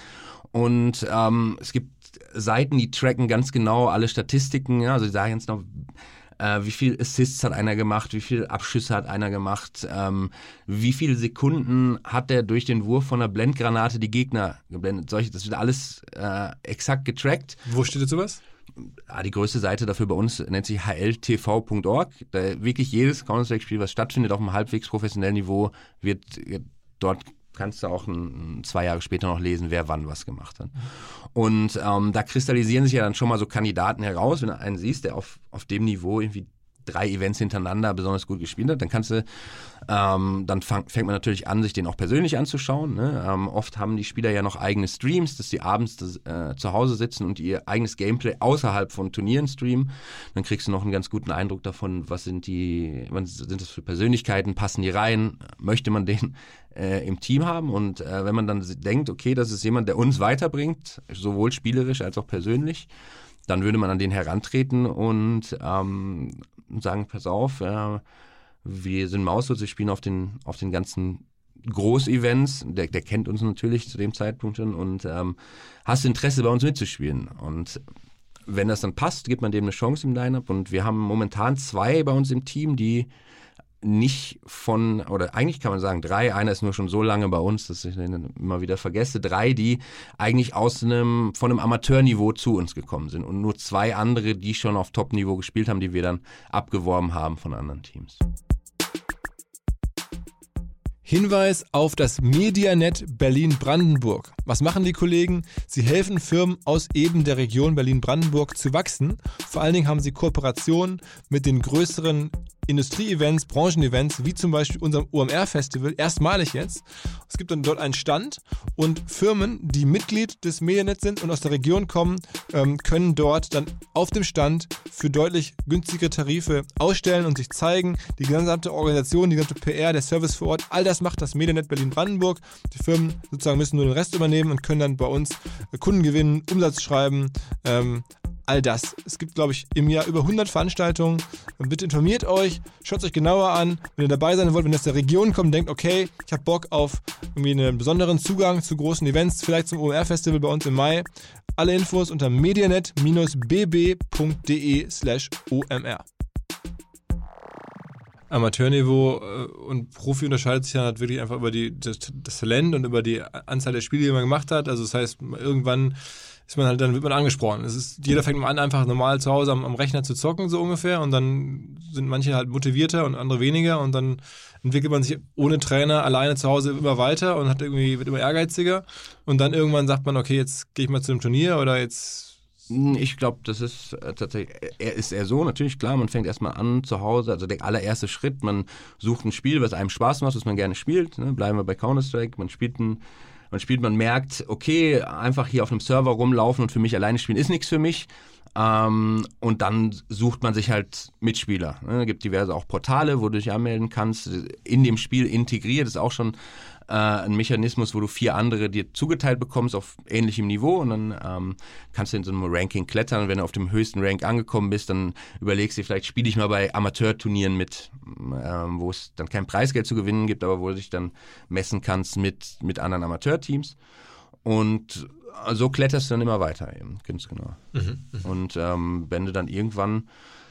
Und ähm, es gibt Seiten, die tracken ganz genau alle Statistiken. Ja, also die sagen jetzt noch, äh, wie viel Assists hat einer gemacht, wie viel Abschüsse hat einer gemacht, ähm, wie viele Sekunden hat der durch den Wurf von einer Blendgranate die Gegner geblendet. Solche, das wird alles äh, exakt getrackt. Wo steht jetzt sowas? Ah, die größte Seite dafür bei uns nennt sich h l t v punkt org. Da wirklich jedes Counter-Strike-Spiel, was stattfindet auf einem halbwegs professionellen Niveau, wird dort kannst du auch ein, zwei Jahre später noch lesen, wer wann was gemacht hat. Und ähm, da kristallisieren sich ja dann schon mal so Kandidaten heraus. Wenn du einen siehst, der auf, auf dem Niveau irgendwie drei Events hintereinander besonders gut gespielt hat, dann kannst du, ähm, dann fang, fängt man natürlich an, sich den auch persönlich anzuschauen. Ne? Ähm, oft haben die Spieler ja noch eigene Streams, dass die abends das, äh, zu Hause sitzen und ihr eigenes Gameplay außerhalb von Turnieren streamen. Dann kriegst du noch einen ganz guten Eindruck davon, was sind die, was sind das für Persönlichkeiten, passen die rein, möchte man den äh, im Team haben? Und äh, wenn man dann denkt, okay, das ist jemand, der uns weiterbringt, sowohl spielerisch als auch persönlich, dann würde man an den herantreten und ähm, sagen, pass auf, äh, wir sind Mauswurz, wir spielen auf den, auf den ganzen Großevents, der, der kennt uns natürlich zu dem Zeitpunkt schon und ähm, hast Interesse, bei uns mitzuspielen. Und wenn das dann passt, gibt man dem eine Chance im Line-Up. Und wir haben momentan zwei bei uns im Team, die nicht von, oder eigentlich kann man sagen drei, einer ist nur schon so lange bei uns, dass ich den immer wieder vergesse, drei, die eigentlich aus einem, von einem Amateurniveau zu uns gekommen sind und nur zwei andere, die schon auf Top-Niveau gespielt haben, die wir dann abgeworben haben von anderen Teams. Hinweis auf das Medianet Berlin-Brandenburg. Was machen die Kollegen? Sie helfen Firmen aus eben der Region Berlin-Brandenburg zu wachsen. Vor allen Dingen haben sie Kooperationen mit den größeren Industrie-Events, Branchen-Events, wie zum Beispiel unserem O M R-Festival, erstmalig jetzt. Es gibt dann dort einen Stand und Firmen, die Mitglied des Medianet sind und aus der Region kommen, ähm, können dort dann auf dem Stand für deutlich günstigere Tarife ausstellen und sich zeigen. Die gesamte Organisation, die gesamte P R, der Service vor Ort, all das macht das Medianet Berlin-Brandenburg. Die Firmen sozusagen müssen nur den Rest übernehmen und können dann bei uns Kunden gewinnen, Umsatz schreiben, ähm, all das. Es gibt, glaube ich, im Jahr über hundert Veranstaltungen. Bitte informiert euch, schaut es euch genauer an. Wenn ihr dabei sein wollt, wenn ihr aus der Region kommt, denkt, okay, ich habe Bock auf irgendwie einen besonderen Zugang zu großen Events, vielleicht zum O M R-Festival bei uns im Mai. Alle Infos unter medianet b b punkt d e slash o m r. Amateurniveau und Profi unterscheidet sich dann halt wirklich einfach über die, das, das Talent und über die Anzahl der Spiele, die man gemacht hat. Also das heißt, irgendwann ist man halt, dann wird man angesprochen. Es ist, jeder fängt mal an, einfach normal zu Hause am, am Rechner zu zocken, so ungefähr. Und dann sind manche halt motivierter und andere weniger. Und dann entwickelt man sich ohne Trainer alleine zu Hause immer weiter und hat irgendwie, wird immer ehrgeiziger. Und dann irgendwann sagt man, okay, jetzt gehe ich mal zu einem Turnier oder jetzt. Ich glaube, das ist äh, tatsächlich, er ist eher so, natürlich klar, man fängt erstmal an zu Hause, also der allererste Schritt, man sucht ein Spiel, was einem Spaß macht, was man gerne spielt, ne? Bleiben wir bei Counter-Strike, man spielt ein, man spielt, man merkt, okay, einfach hier auf einem Server rumlaufen und für mich alleine spielen ist nichts für mich. Ähm, und dann sucht man sich halt Mitspieler. Ne? Es gibt diverse auch Portale, wo du dich anmelden kannst, in dem Spiel integriert, ist auch schon äh, ein Mechanismus, wo du vier andere dir zugeteilt bekommst auf ähnlichem Niveau und dann ähm, kannst du in so einem Ranking klettern und wenn du auf dem höchsten Rank angekommen bist, dann überlegst du dir, vielleicht spiele ich mal bei Amateurturnieren mit, ähm, wo es dann kein Preisgeld zu gewinnen gibt, aber wo du dich dann messen kannst mit, mit anderen Amateurteams und so kletterst du dann immer weiter eben, ganz genau. Mhm, und ähm, wenn du dann irgendwann,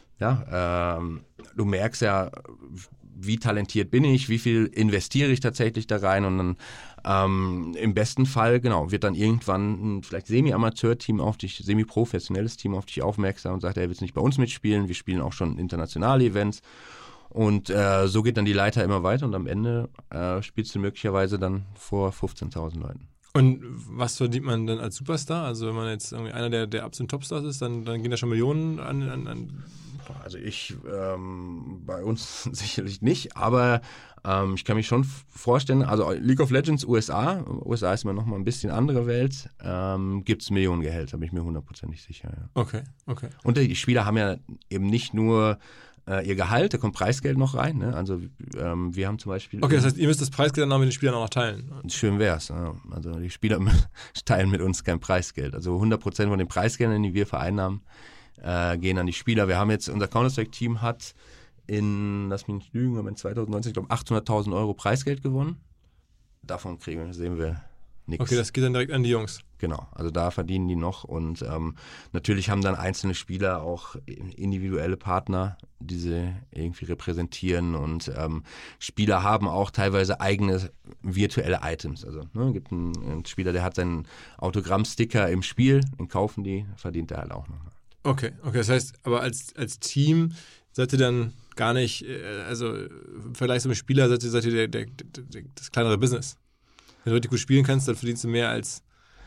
ja, ähm, du merkst ja, wie talentiert bin ich, wie viel investiere ich tatsächlich da rein und dann ähm, im besten Fall, genau, wird dann irgendwann ein vielleicht Semi-Amateur-Team auf dich, semi-professionelles Team auf dich aufmerksam und sagt, er willst nicht bei uns mitspielen, wir spielen auch schon internationale Events und äh, so geht dann die Leiter immer weiter und am Ende äh, spielst du möglicherweise dann vor fünfzehntausend Leuten. Und was verdient man dann als Superstar? Also wenn man jetzt irgendwie einer der, der absoluten Topstars ist, dann, dann gehen da schon Millionen an... an, an also ich, ähm, bei uns sicherlich nicht, aber ähm, ich kann mich schon vorstellen, also League of Legends U S A, U S A ist immer noch mal ein bisschen andere Welt, ähm, gibt es Millionengehälter, bin ich mir hundertprozentig sicher. Ja. Okay, okay. Und die Spieler haben ja eben nicht nur ihr Gehalt, da kommt Preisgeld noch rein. Ne? Also ähm, wir haben zum Beispiel... Okay, das heißt, ihr müsst das Preisgeld dann auch mit den Spielern auch noch teilen? Schön wär's. Ja. Also die Spieler teilen mit uns kein Preisgeld. Also hundert Prozent von den Preisgeldern, die wir vereinnahmen, äh, gehen an die Spieler. Wir haben jetzt, unser Counter-Strike-Team hat in, lass mich nicht lügen, wir haben in zwanzig neunzehn, ich glaube, achthunderttausend Euro Preisgeld gewonnen. Davon kriegen wir, sehen wir nichts. Okay, das geht dann direkt an die Jungs. Genau, also da verdienen die noch und ähm, natürlich haben dann einzelne Spieler auch individuelle Partner, die sie irgendwie repräsentieren und ähm, Spieler haben auch teilweise eigene virtuelle Items. Also ne, gibt einen, einen Spieler, der hat seinen Autogrammsticker im Spiel, den kaufen die, verdient er halt auch noch. Okay, okay, das heißt, aber als, als Team seid ihr dann gar nicht, also im Vergleich zum Spieler seid ihr, seid ihr der, der, der, das kleinere Business. Wenn du richtig gut spielen kannst, dann verdienst du mehr als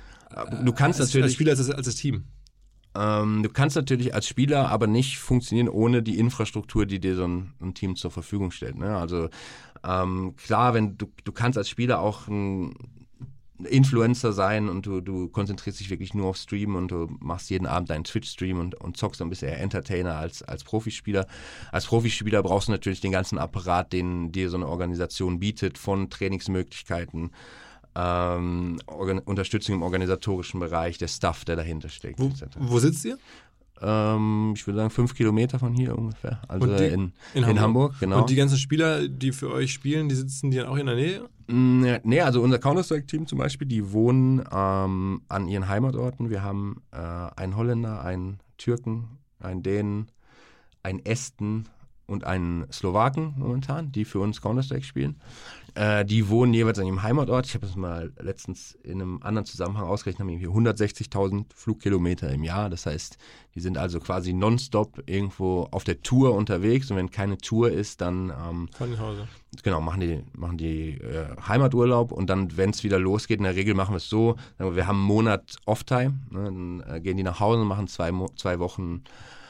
Du kannst als, natürlich als Spieler als, als das Team. Ähm, du kannst natürlich als Spieler aber nicht funktionieren ohne die Infrastruktur, die dir so ein, ein Team zur Verfügung stellt. Ne? Also ähm, klar, wenn du du kannst als Spieler auch ein Influencer sein und du, du konzentrierst dich wirklich nur auf Streamen und du machst jeden Abend deinen Twitch-Stream und, und zockst dann bist eher Entertainer als, als Profispieler. Als Profispieler brauchst du natürlich den ganzen Apparat, den dir so eine Organisation bietet, von Trainingsmöglichkeiten, Ähm, Organ- Unterstützung im organisatorischen Bereich, der Stuff, der dahinter steckt. Wo, wo sitzt ihr? ähm, ich würde sagen fünf Kilometer von hier ungefähr, also die, in, in, in Hamburg. Hamburg, genau. Und die ganzen Spieler, die für euch spielen, die sitzen die dann auch in der Nähe? Nee, also unser Counter-Strike-Team zum Beispiel, die wohnen ähm, an ihren Heimatorten. Wir haben äh, einen Holländer, einen Türken, einen Dänen, einen Esten und einen Slowaken momentan, die für uns Counter-Strike spielen. Äh, die wohnen jeweils an ihrem Heimatort. Ich habe das mal letztens in einem anderen Zusammenhang ausgerechnet, haben irgendwie hundertsechzigtausend Flugkilometer im Jahr. Das heißt, die sind also quasi nonstop irgendwo auf der Tour unterwegs. Und wenn keine Tour ist, dann ähm, von nach Hause. Genau, machen die, machen die äh, Heimaturlaub und dann, wenn es wieder losgeht, in der Regel machen wir es so, wir haben einen Monat Off-Time, ne, dann äh, gehen die nach Hause und machen zwei, Mo- zwei Wochen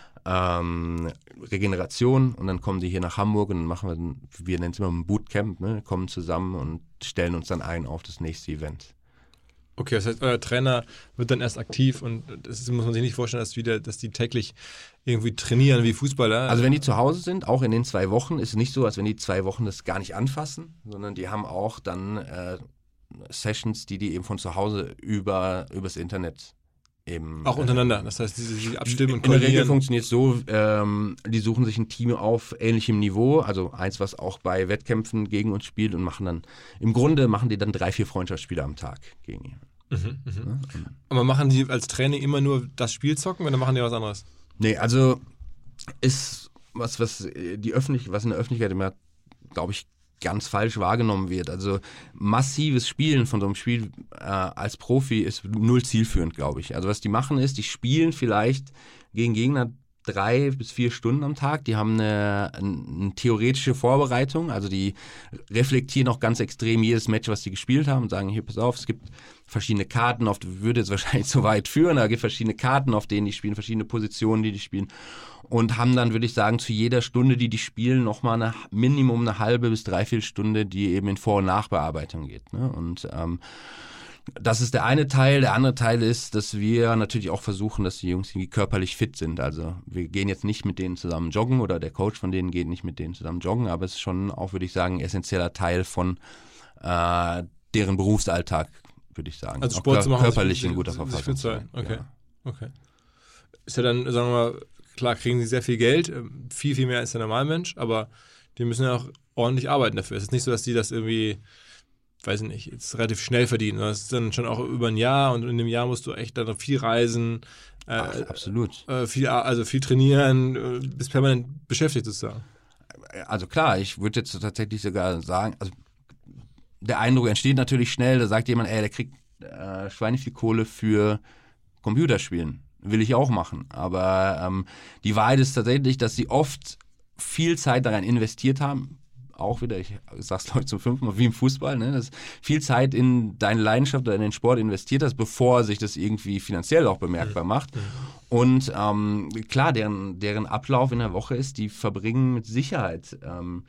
ähm, Regeneration und dann kommen die hier nach Hamburg und dann machen wir, wir nennen es immer ein Bootcamp, ne, kommen zusammen und stellen uns dann ein auf das nächste Event. Okay, das heißt, euer Trainer wird dann erst aktiv und das muss man sich nicht vorstellen, dass, wieder, dass die täglich irgendwie trainieren wie Fußballer. Also wenn die zu Hause sind, auch in den zwei Wochen, ist es nicht so, als wenn die zwei Wochen das gar nicht anfassen, sondern die haben auch dann äh, Sessions, die die eben von zu Hause über übers Internet eben... Auch untereinander, das heißt, die sich abstimmen und koordinieren. In der Regel koordinieren. funktioniert es so, ähm, die suchen sich ein Team auf ähnlichem Niveau, also eins, was auch bei Wettkämpfen gegen uns spielt und machen dann, im Grunde machen die dann drei, vier Freundschaftsspiele am Tag gegen ihn. Mhm, mhm. Aber machen die als Training immer nur das Spiel zocken oder machen die was anderes? Nee, also ist was, was die Öffentlich- was in der Öffentlichkeit immer, glaube ich, ganz falsch wahrgenommen wird. Also massives Spielen von so einem Spiel äh, als Profi ist null zielführend, glaube ich. Also was die machen ist, die spielen vielleicht gegen Gegner drei bis vier Stunden am Tag. Die haben eine, eine theoretische Vorbereitung, also die reflektieren auch ganz extrem jedes Match, was die gespielt haben und sagen, hier, pass auf, es gibt verschiedene Karten, auf, würde jetzt wahrscheinlich zu weit führen, aber es gibt verschiedene Karten, auf denen die spielen, verschiedene Positionen, die die spielen und haben dann, würde ich sagen, zu jeder Stunde, die die spielen, nochmal eine Minimum eine halbe bis dreiviertel Stunde, die eben in Vor- und Nachbearbeitung geht. Ne? Und ähm, das ist der eine Teil. Der andere Teil ist, dass wir natürlich auch versuchen, dass die Jungs irgendwie körperlich fit sind. Also wir gehen jetzt nicht mit denen zusammen joggen oder der Coach von denen geht nicht mit denen zusammen joggen, aber es ist schon auch, würde ich sagen, ein essentieller Teil von äh, deren Berufsalltag, würde ich sagen. Also auch Sport kör- zu machen, körperlich sich- in guter sich Verfassung. fit zu sein. sein. Okay. Ja. Okay. Ist ja dann, sagen wir mal, klar kriegen sie sehr viel Geld, äh, viel, viel mehr als der Normalmensch, aber die müssen ja auch ordentlich arbeiten dafür. Es ist nicht so, dass die das irgendwie, weiß ich nicht, jetzt relativ schnell verdienen. Das ist dann schon auch über ein Jahr und in dem Jahr musst du echt dann noch viel reisen, äh, Ach, absolut. äh, viel, also viel trainieren, äh, bist permanent beschäftigt sozusagen. Also klar, ich würde jetzt tatsächlich sogar sagen, also der Eindruck entsteht natürlich schnell, da sagt jemand, ey, der kriegt äh, Schweine viel Kohle für Computerspielen. Will ich auch machen. Aber ähm, die Wahrheit ist tatsächlich, dass sie oft viel Zeit daran investiert haben. Auch wieder, ich sag's glaube ich zum fünften Mal, wie im Fußball, ne? Dass viel Zeit in deine Leidenschaft oder in den Sport investiert hast, bevor sich das irgendwie finanziell auch bemerkbar macht. Und ähm, klar, deren, deren Ablauf in der Woche ist, die verbringen mit Sicherheit ähm,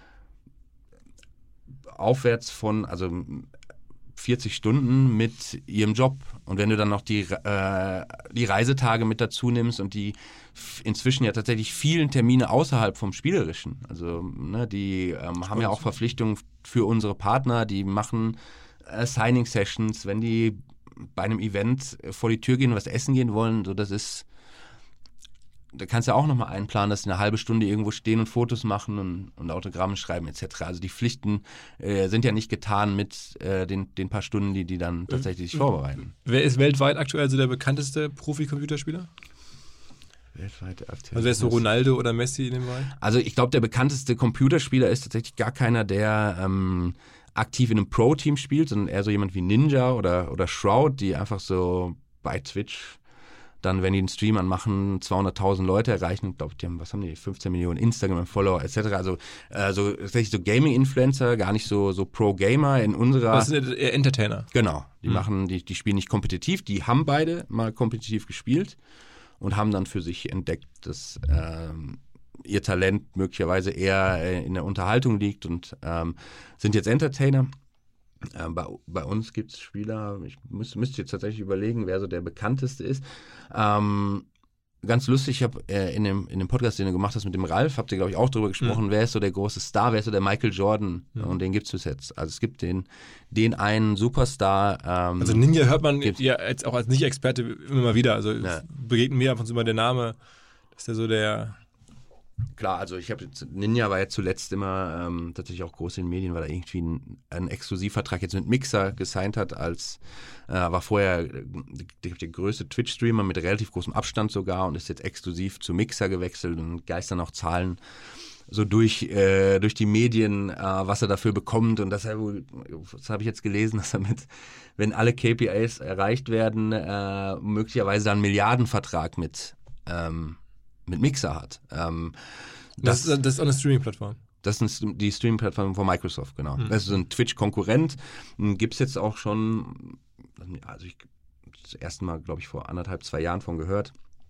aufwärts von, also vierzig Stunden mit ihrem Job. Und wenn du dann noch die, äh, die Reisetage mit dazu nimmst und die f- inzwischen ja tatsächlich vielen Termine außerhalb vom Spielerischen, also ne, die ähm, haben ja auch Verpflichtungen für unsere Partner, die machen äh, Signing-Sessions, wenn die bei einem Event vor die Tür gehen und was essen gehen wollen, so das ist, da kannst du ja auch nochmal einplanen, dass sie eine halbe Stunde irgendwo stehen und Fotos machen und, und Autogramme schreiben et cetera. Also die Pflichten äh, sind ja nicht getan mit äh, den, den paar Stunden, die die dann tatsächlich sich vorbereiten. Wer ist weltweit aktuell so der bekannteste Profi-Computerspieler? Weltweit aktuell. Also wer ist so Ronaldo oder Messi in dem Bereich? Also ich glaube, der bekannteste Computerspieler ist tatsächlich gar keiner, der ähm, aktiv in einem Pro-Team spielt, sondern eher so jemand wie Ninja oder, oder Shroud, die einfach so bei Twitch dann, wenn die einen Stream anmachen, zweihunderttausend Leute erreichen. Ich glaube, die haben, was haben die, fünfzehn Millionen Instagram-Follower et cetera. Also äh, so, tatsächlich so Gaming-Influencer, gar nicht so, so Pro-Gamer in unserer... Das sind eher Entertainer. Genau, die Mhm. machen, die, die spielen nicht kompetitiv, die haben beide mal kompetitiv gespielt und haben dann für sich entdeckt, dass ähm, ihr Talent möglicherweise eher äh, in der Unterhaltung liegt und ähm, sind jetzt Entertainer. Äh, bei, bei uns gibt es Spieler, ich müß, müsste jetzt tatsächlich überlegen, wer so der bekannteste ist. Ähm, ganz lustig, ich habe äh, in, dem, in dem Podcast, den du gemacht hast mit dem Ralf, habt ihr, glaube ich, auch drüber gesprochen, mhm. wer ist so der große Star, wer ist so der Michael Jordan, mhm. und den gibt es bis jetzt. Also es gibt den, den einen Superstar. Ähm, also Ninja hört man ja jetzt auch als Nicht-Experte immer mal wieder, also ja. begegnet mir ab und zu immer der Name, dass der so der... Klar, also ich habe jetzt, Ninja war ja zuletzt immer ähm, tatsächlich auch groß in den Medien, weil er irgendwie einen, einen Exklusivvertrag jetzt mit Mixer gesigned hat, als äh, war vorher der, der größte Twitch-Streamer mit relativ großem Abstand sogar und ist jetzt exklusiv zu Mixer gewechselt und geistern auch Zahlen so durch, äh, durch die Medien, äh, was er dafür bekommt und dass er wohl, das habe ich jetzt gelesen, dass er mit, wenn alle K P Is erreicht werden, äh, möglicherweise dann einen Milliardenvertrag mit ähm, mit Mixer hat. Ähm, das, das, das ist auch eine Streaming-Plattform. Das ist die Streaming-Plattform von Microsoft, genau. Mhm. Das ist so ein Twitch-Konkurrent. Gibt es jetzt auch schon, also ich das erste Mal, glaube ich, vor anderthalb, zwei Jahren von gehört.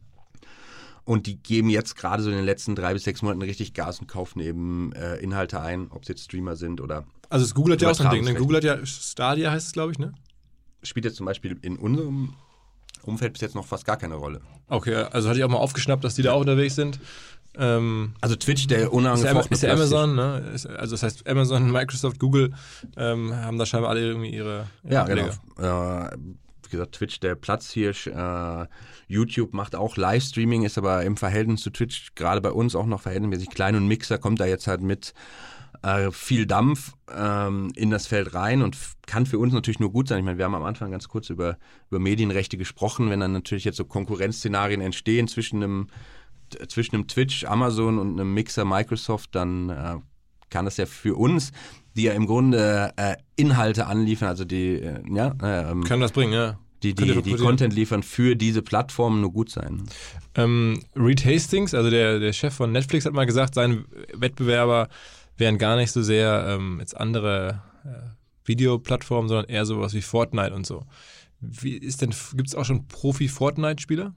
Und die geben jetzt gerade so in den letzten drei bis sechs Monaten richtig Gas und kaufen eben äh, Inhalte ein, ob es jetzt Streamer sind oder... Also das Google hat ja auch so ein Ding, ne? Google hat ja, Stadia heißt es, glaube ich, ne? Spielt jetzt zum Beispiel in unserem Umfeld bis jetzt noch fast gar keine Rolle. Okay, also hatte ich auch mal aufgeschnappt, dass die da auch unterwegs sind. Ähm, also Twitch, der unangefochtene Ist ja Amazon, ne? Ist, also das heißt Amazon, Microsoft, Google ähm, haben da scheinbar alle irgendwie ihre... ihre ja, Ableger. Genau. Äh, wie gesagt, Twitch, der Platzhirsch. Äh, YouTube macht auch Livestreaming, ist aber im Verhältnis zu Twitch gerade bei uns auch noch verhältnismäßig klein und Mixer kommt da jetzt halt mit äh, viel Dampf ähm, in das Feld rein und f- kann für uns natürlich nur gut sein. Ich meine, wir haben am Anfang ganz kurz über, über Medienrechte gesprochen, wenn dann natürlich jetzt so Konkurrenzszenarien entstehen zwischen einem, t- zwischen einem Twitch, Amazon und einem Mixer Microsoft, dann äh, kann das ja für uns, die ja im Grunde äh, Inhalte anliefern, also die, äh, ja, äh, ähm, kann das bringen, ja. Die, die, die Content liefern für diese Plattformen nur gut sein. Ähm, Reed Hastings, also der, der Chef von Netflix, hat mal gesagt, seine Wettbewerber wären gar nicht so sehr ähm, jetzt andere äh, Videoplattformen, sondern eher sowas wie Fortnite und so. Wie ist denn, gibt es auch schon Profi-Fortnite-Spieler?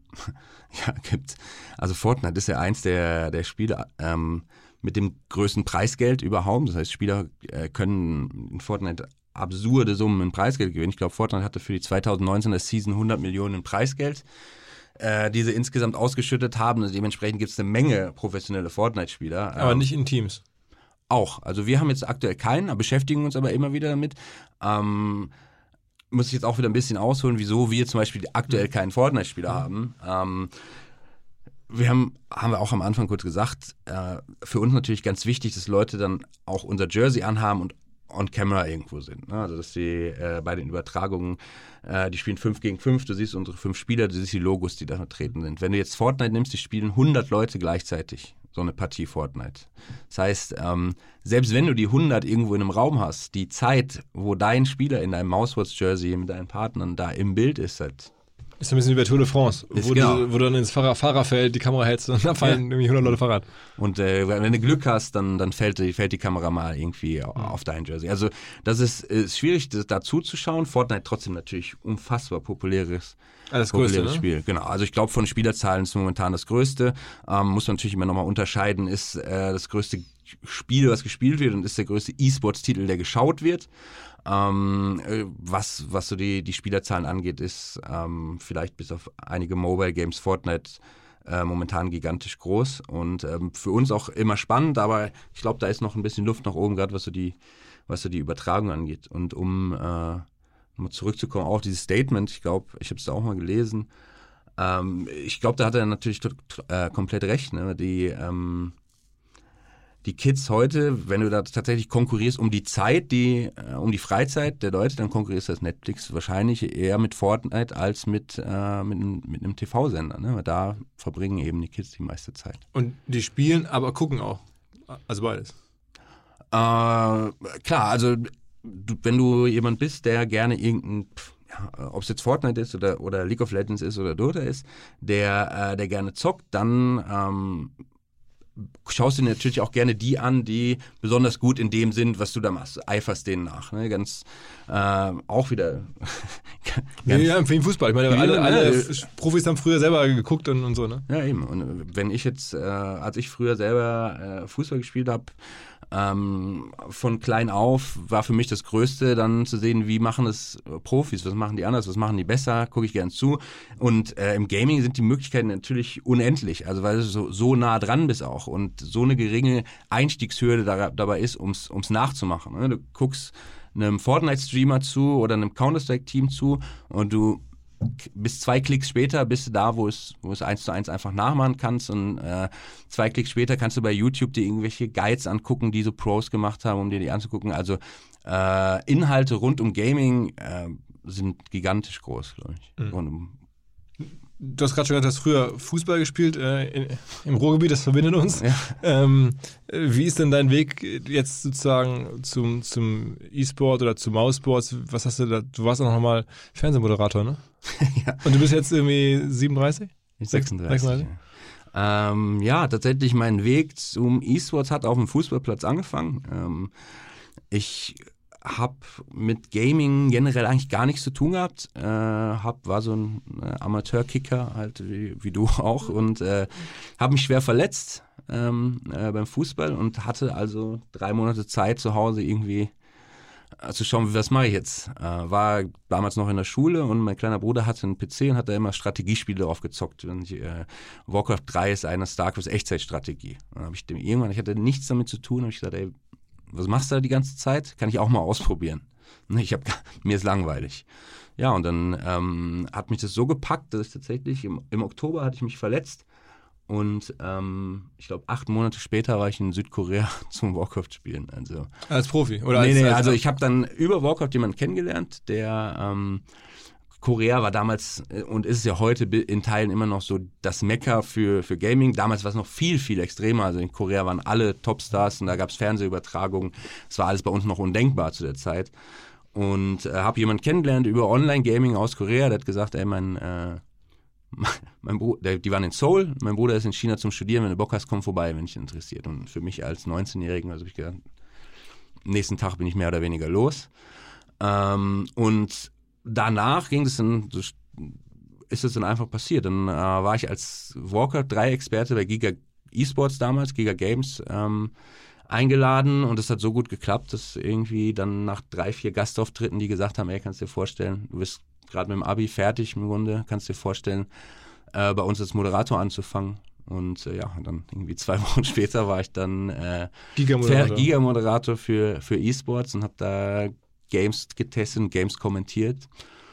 Ja, gibt's. Also Fortnite ist ja eins der, der Spiele ähm, mit dem größten Preisgeld überhaupt. Das heißt, Spieler äh, können in Fortnite absurde Summen in Preisgeld gewinnen. Ich glaube, Fortnite hatte für die zweitausendneunzehner Season hundert Millionen in Preisgeld, äh, die sie insgesamt ausgeschüttet haben. Also dementsprechend gibt es eine Menge professionelle Fortnite-Spieler. Aber ähm, nicht in Teams? Auch. Also wir haben jetzt aktuell keinen, beschäftigen uns aber immer wieder damit. Ähm, muss ich jetzt auch wieder ein bisschen ausholen, wieso wir zum Beispiel aktuell keinen Fortnite-Spieler mhm. haben. Ähm, wir haben, haben wir auch am Anfang kurz gesagt, äh, für uns natürlich ganz wichtig, dass Leute dann auch unser Jersey anhaben und on camera irgendwo sind. Ne? Also dass sie äh, bei den Übertragungen, äh, die spielen fünf gegen fünf, du siehst unsere fünf Spieler, du siehst die Logos, die da vertreten sind. Wenn du jetzt Fortnite nimmst, die spielen hundert Leute gleichzeitig so eine Partie Fortnite. Das heißt, ähm, selbst wenn du die hundert irgendwo in einem Raum hast, die Zeit, wo dein Spieler in deinem Mousewatch-Jersey mit deinen Partnern da im Bild ist, halt ist ein bisschen wie bei Tour de France, wo, genau. du, wo du dann ins Fahrer, Fahrerfeld die Kamera hältst und da fallen ja. irgendwie hundert Leute Fahrrad. Und äh, wenn du Glück hast, dann, dann fällt, die, fällt die Kamera mal irgendwie mhm. auf dein Jersey. Also das ist, ist schwierig, das da zuzuschauen. Fortnite trotzdem natürlich unfassbar populäres, ah, das populäres größte, Spiel. Ne? Genau. Also ich glaube, von Spielerzahlen ist momentan das größte. Ähm, muss man natürlich immer nochmal unterscheiden, ist äh, das größte Spiel, was gespielt wird und ist der größte E-Sports-Titel, der geschaut wird. Ähm, was, was so die, die Spielerzahlen angeht, ist ähm, vielleicht bis auf einige Mobile Games Fortnite äh, momentan gigantisch groß und ähm, für uns auch immer spannend, aber ich glaube, da ist noch ein bisschen Luft nach oben, gerade was so die, was so die Übertragung angeht. Und um äh, mal zurückzukommen auf dieses Statement, ich glaube, ich habe es da auch mal gelesen, ähm, ich glaube, da hat er natürlich t- t- äh, komplett recht, ne? Die ähm, Die Kids heute, wenn du da tatsächlich konkurrierst um die Zeit, die äh, um die Freizeit der Leute, dann konkurrierst du das Netflix wahrscheinlich eher mit Fortnite als mit, äh, mit, mit einem T V-Sender. Ne? Da verbringen eben die Kids die meiste Zeit. Und die spielen, aber gucken auch. Also beides. Äh, klar, also du, wenn du jemand bist, der gerne irgendein, ja, ob es jetzt Fortnite ist oder, oder League of Legends ist oder Dota ist, der, äh, der gerne zockt, dann ähm, schaust du dir natürlich auch gerne die an, die besonders gut in dem sind, was du da machst. Eiferst denen nach. Ne? Ganz äh, auch wieder Ja, ja, für den Fußball. Ich meine, Ja, alle, alle ja. Profis haben früher selber geguckt und, und so, ne? Ja, eben. Und wenn ich jetzt, äh, als ich früher selber äh, Fußball gespielt habe, ähm, von klein auf war für mich das Größte, dann zu sehen, wie machen das Profis, was machen die anders, was machen die besser, gucke ich gern zu. Und äh, im Gaming sind die Möglichkeiten natürlich unendlich, also weil du so, so nah dran bist auch und so eine geringe Einstiegshürde da, dabei ist, ums ums nachzumachen. Ne? Du guckst einem Fortnite-Streamer zu oder einem Counter-Strike-Team zu und du bis zwei Klicks später bist du da, wo es wo es eins zu eins einfach nachmachen kannst und äh, zwei Klicks später kannst du bei YouTube dir irgendwelche Guides angucken, die so Pros gemacht haben, um dir die anzugucken. Also äh, Inhalte rund um Gaming äh, sind gigantisch groß, glaube ich. Mhm. Und um, Du hast gerade schon gesagt, du hast früher Fußball gespielt äh, in, im Ruhrgebiet, das verbindet uns. Ja. Ähm, wie ist denn dein Weg jetzt sozusagen zum, zum E-Sport oder zum Maussports? Was hast du da? Du warst auch noch mal Fernsehmoderator, ne? Ja. Und du bist jetzt irgendwie siebenunddreißig? sechsunddreißig. sechsunddreißig? Ja. Ähm, ja, tatsächlich mein Weg zum E-Sports hat auf dem Fußballplatz angefangen. Ähm, ich habe mit Gaming generell eigentlich gar nichts zu tun gehabt. Äh, hab, war so ein äh, Amateurkicker, halt wie, wie du auch, und äh, habe mich schwer verletzt ähm, äh, beim Fußball und hatte also drei Monate Zeit zu Hause irgendwie äh, zu schauen, was mache ich jetzt. Äh, war damals noch in der Schule und mein kleiner Bruder hatte einen P C und hat da immer Strategiespiele drauf gezockt. Und ich, äh, Warcraft drei ist eine StarCraft Echtzeitstrategie. Dann habe ich dem irgendwann, ich hatte nichts damit zu tun, habe ich gesagt, ey, was machst du da die ganze Zeit? Kann ich auch mal ausprobieren. Ich hab, mir ist langweilig. Ja, und dann ähm, hat mich das so gepackt, dass ich tatsächlich im, im Oktober hatte ich mich verletzt und ähm, ich glaube acht Monate später war ich in Südkorea zum Warcraft spielen. Also, Als Profi? Oder nee, als, nee, als, also ich habe dann über Warcraft jemanden kennengelernt, der ähm, Korea war damals und ist es ja heute in Teilen immer noch so das Mekka für, für Gaming. Damals war es noch viel, viel extremer. Also in Korea waren alle Topstars und da gab es Fernsehübertragungen. Das war alles bei uns noch undenkbar zu der Zeit. Und äh, habe jemanden kennengelernt über Online-Gaming aus Korea. Der hat gesagt, ey, mein, äh, mein Bruder, die waren in Seoul, mein Bruder ist in China zum Studieren. Wenn du Bock hast, komm vorbei, wenn dich interessiert. Und für mich als neunzehnjährigen, also habe ich gedacht, nächsten Tag bin ich mehr oder weniger los. Ähm, und danach ging es dann, ist es dann einfach passiert. Dann äh, war ich als Warcraft drei Experte bei Giga eSports damals, Giga Games, ähm, eingeladen und es hat so gut geklappt, dass irgendwie dann nach drei, vier Gastauftritten, die gesagt haben, ey, kannst du dir vorstellen, du bist gerade mit dem Abi fertig im Grunde, kannst dir vorstellen, äh, bei uns als Moderator anzufangen. Und äh, ja, dann irgendwie zwei Wochen später war ich dann äh, Giga-Moderator. Giga-Moderator für, für eSports und habe da Games getestet und Games kommentiert.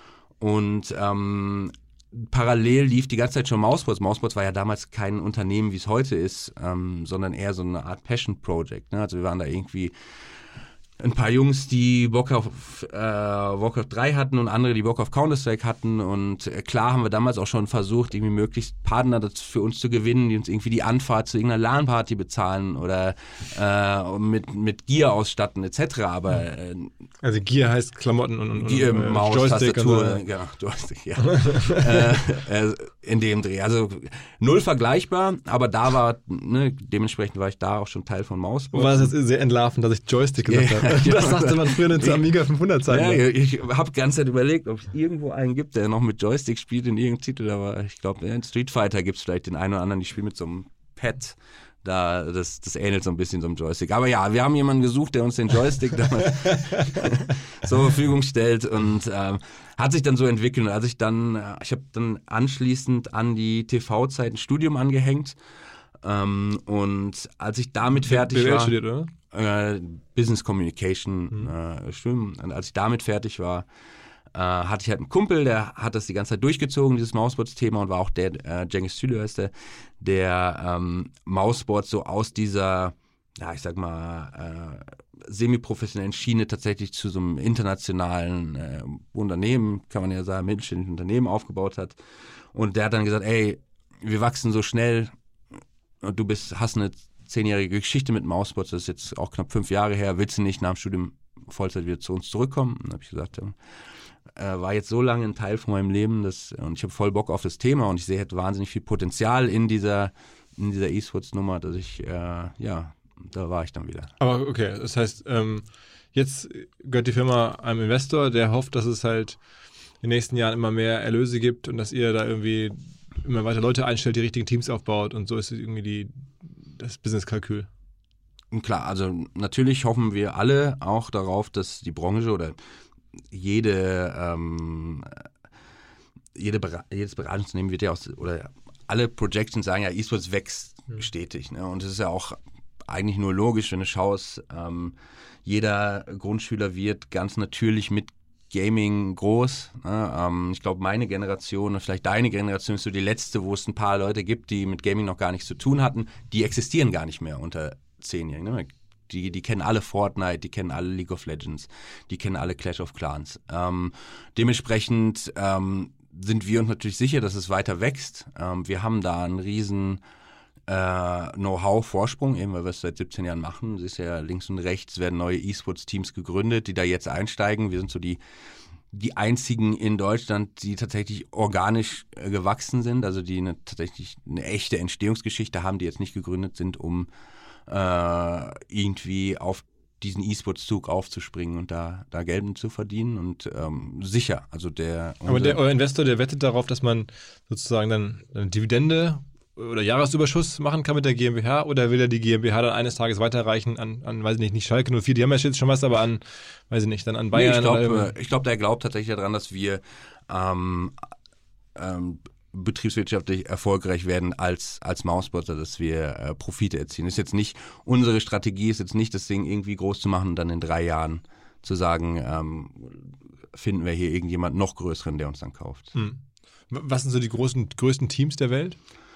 Und ähm, parallel lief die ganze Zeit schon Mousesports. Mousesports war ja damals kein Unternehmen, wie es heute ist, ähm, sondern eher so eine Art Passion-Project. Ne? Also wir waren da irgendwie ein paar Jungs, die Bock auf äh, Warcraft drei hatten und andere, die Bock auf Counter-Strike hatten. Und äh, klar haben wir damals auch schon versucht, irgendwie möglichst Partner das für uns zu gewinnen, die uns irgendwie die Anfahrt zu irgendeiner LAN-Party bezahlen oder äh, mit, mit Gear ausstatten et cetera. Aber äh, also Gear heißt Klamotten und, und, Gear, und äh, Maus, Joystick Tastatur, und so. genau, Joystick, ja. äh, äh, in dem Dreh. Also null vergleichbar, aber da war, ne, dementsprechend war ich da auch schon Teil von Mousesports. War das jetzt sehr entlarvend, dass ich Joystick gesagt Ja, habe? ja. Das sagte man früher zu Amiga fünfhundert Zeiten. Ja, ich habe die ganze Zeit überlegt, ob es irgendwo einen gibt, der noch mit Joystick spielt in irgendeinem Titel, aber ich glaube, in Street Fighter gibt es vielleicht den einen oder anderen, die spielen mit so einem Pad. Da, das, das ähnelt so ein bisschen so einem Joystick. Aber ja, wir haben jemanden gesucht, der uns den Joystick damals zur Verfügung stellt und ähm, hat sich dann so entwickelt. Und als ich dann, ich habe dann anschließend an die T V-Zeit ein Studium angehängt ähm, und als ich damit fertig B W L war, studiert, oder? Äh, Business Communication Mhm. äh, Studium. Und als ich damit fertig war, äh, hatte ich halt einen Kumpel, der hat das die ganze Zeit durchgezogen, dieses Mouseboards-Thema, und war auch der, äh, Cengiz Sülü heißt der, der ähm, Mouseboards so aus dieser, ja, ich sag mal, äh, semi-professionellen Schiene tatsächlich zu so einem internationalen äh, Unternehmen, kann man ja sagen, mittelständischen Unternehmen aufgebaut hat. Und der hat dann gesagt, ey, wir wachsen so schnell und du bist, hast eine zehnjährige Geschichte mit Mouseboards, das ist jetzt auch knapp fünf Jahre her, willst du nicht nach dem Studium Vollzeit wieder zu uns zurückkommen? Und dann habe ich gesagt, ja, äh, war jetzt so lange ein Teil von meinem Leben, dass, und ich habe voll Bock auf das Thema und ich sehe halt wahnsinnig viel Potenzial in dieser, in dieser E-Sports-Nummer, dass ich, äh, ja, da war ich dann wieder. Aber okay, das heißt, ähm, jetzt gehört die Firma einem Investor, der hofft, dass es halt den nächsten Jahren immer mehr Erlöse gibt und dass ihr da irgendwie immer weiter Leute einstellt, die richtigen Teams aufbaut und so ist irgendwie die, das Business-Kalkül. Klar, also natürlich hoffen wir alle auch darauf, dass die Branche oder jede, ähm, jede jedes Beratungsunternehmen wird ja aus, oder alle Projections sagen ja, E-Sports wächst mhm. stetig. Ne? Und es ist ja auch eigentlich nur logisch, wenn du schaust, ähm, jeder Grundschüler wird ganz natürlich mit Gaming groß. Ne? Ähm, ich glaube, meine Generation und vielleicht deine Generation ist so die letzte, wo es ein paar Leute gibt, die mit Gaming noch gar nichts zu tun hatten. Die existieren gar nicht mehr unter Zehnjährigen. Ne? Die, die kennen alle Fortnite, die kennen alle League of Legends, die kennen alle Clash of Clans. Ähm, dementsprechend ähm, sind wir uns natürlich sicher, dass es weiter wächst. Ähm, wir haben da einen riesen äh, Know-how-Vorsprung, eben weil wir es seit siebzehn Jahren machen. Es ist ja links und rechts werden neue E-Sports-Teams gegründet, die da jetzt einsteigen. Wir sind so die die einzigen in Deutschland, die tatsächlich organisch äh, gewachsen sind, also die eine, tatsächlich eine echte Entstehungsgeschichte haben, die jetzt nicht gegründet sind, um äh, irgendwie auf diesen E-Sports-Zug aufzuspringen und da, da Geld mit zu verdienen und ähm, sicher, also der... Aber der, euer Investor, der wettet darauf, dass man sozusagen dann eine Dividende oder Jahresüberschuss machen kann mit der GmbH oder will er die GmbH dann eines Tages weiterreichen an, an weiß ich nicht, nicht Schalke null vier, die haben ja jetzt schon was, aber an, weiß ich nicht, dann an Bayern? Nee, ich glaube, ich glaub, der glaubt tatsächlich daran, dass wir ähm, ähm, betriebswirtschaftlich erfolgreich werden als, als Mousesportler, dass wir äh, Profite erzielen. Ist jetzt nicht, unsere Strategie ist jetzt nicht, das Ding irgendwie groß zu machen und dann in drei Jahren zu sagen, ähm, finden wir hier irgendjemand noch größeren, der uns dann kauft. Hm. Was sind so die großen, größten Teams der Welt?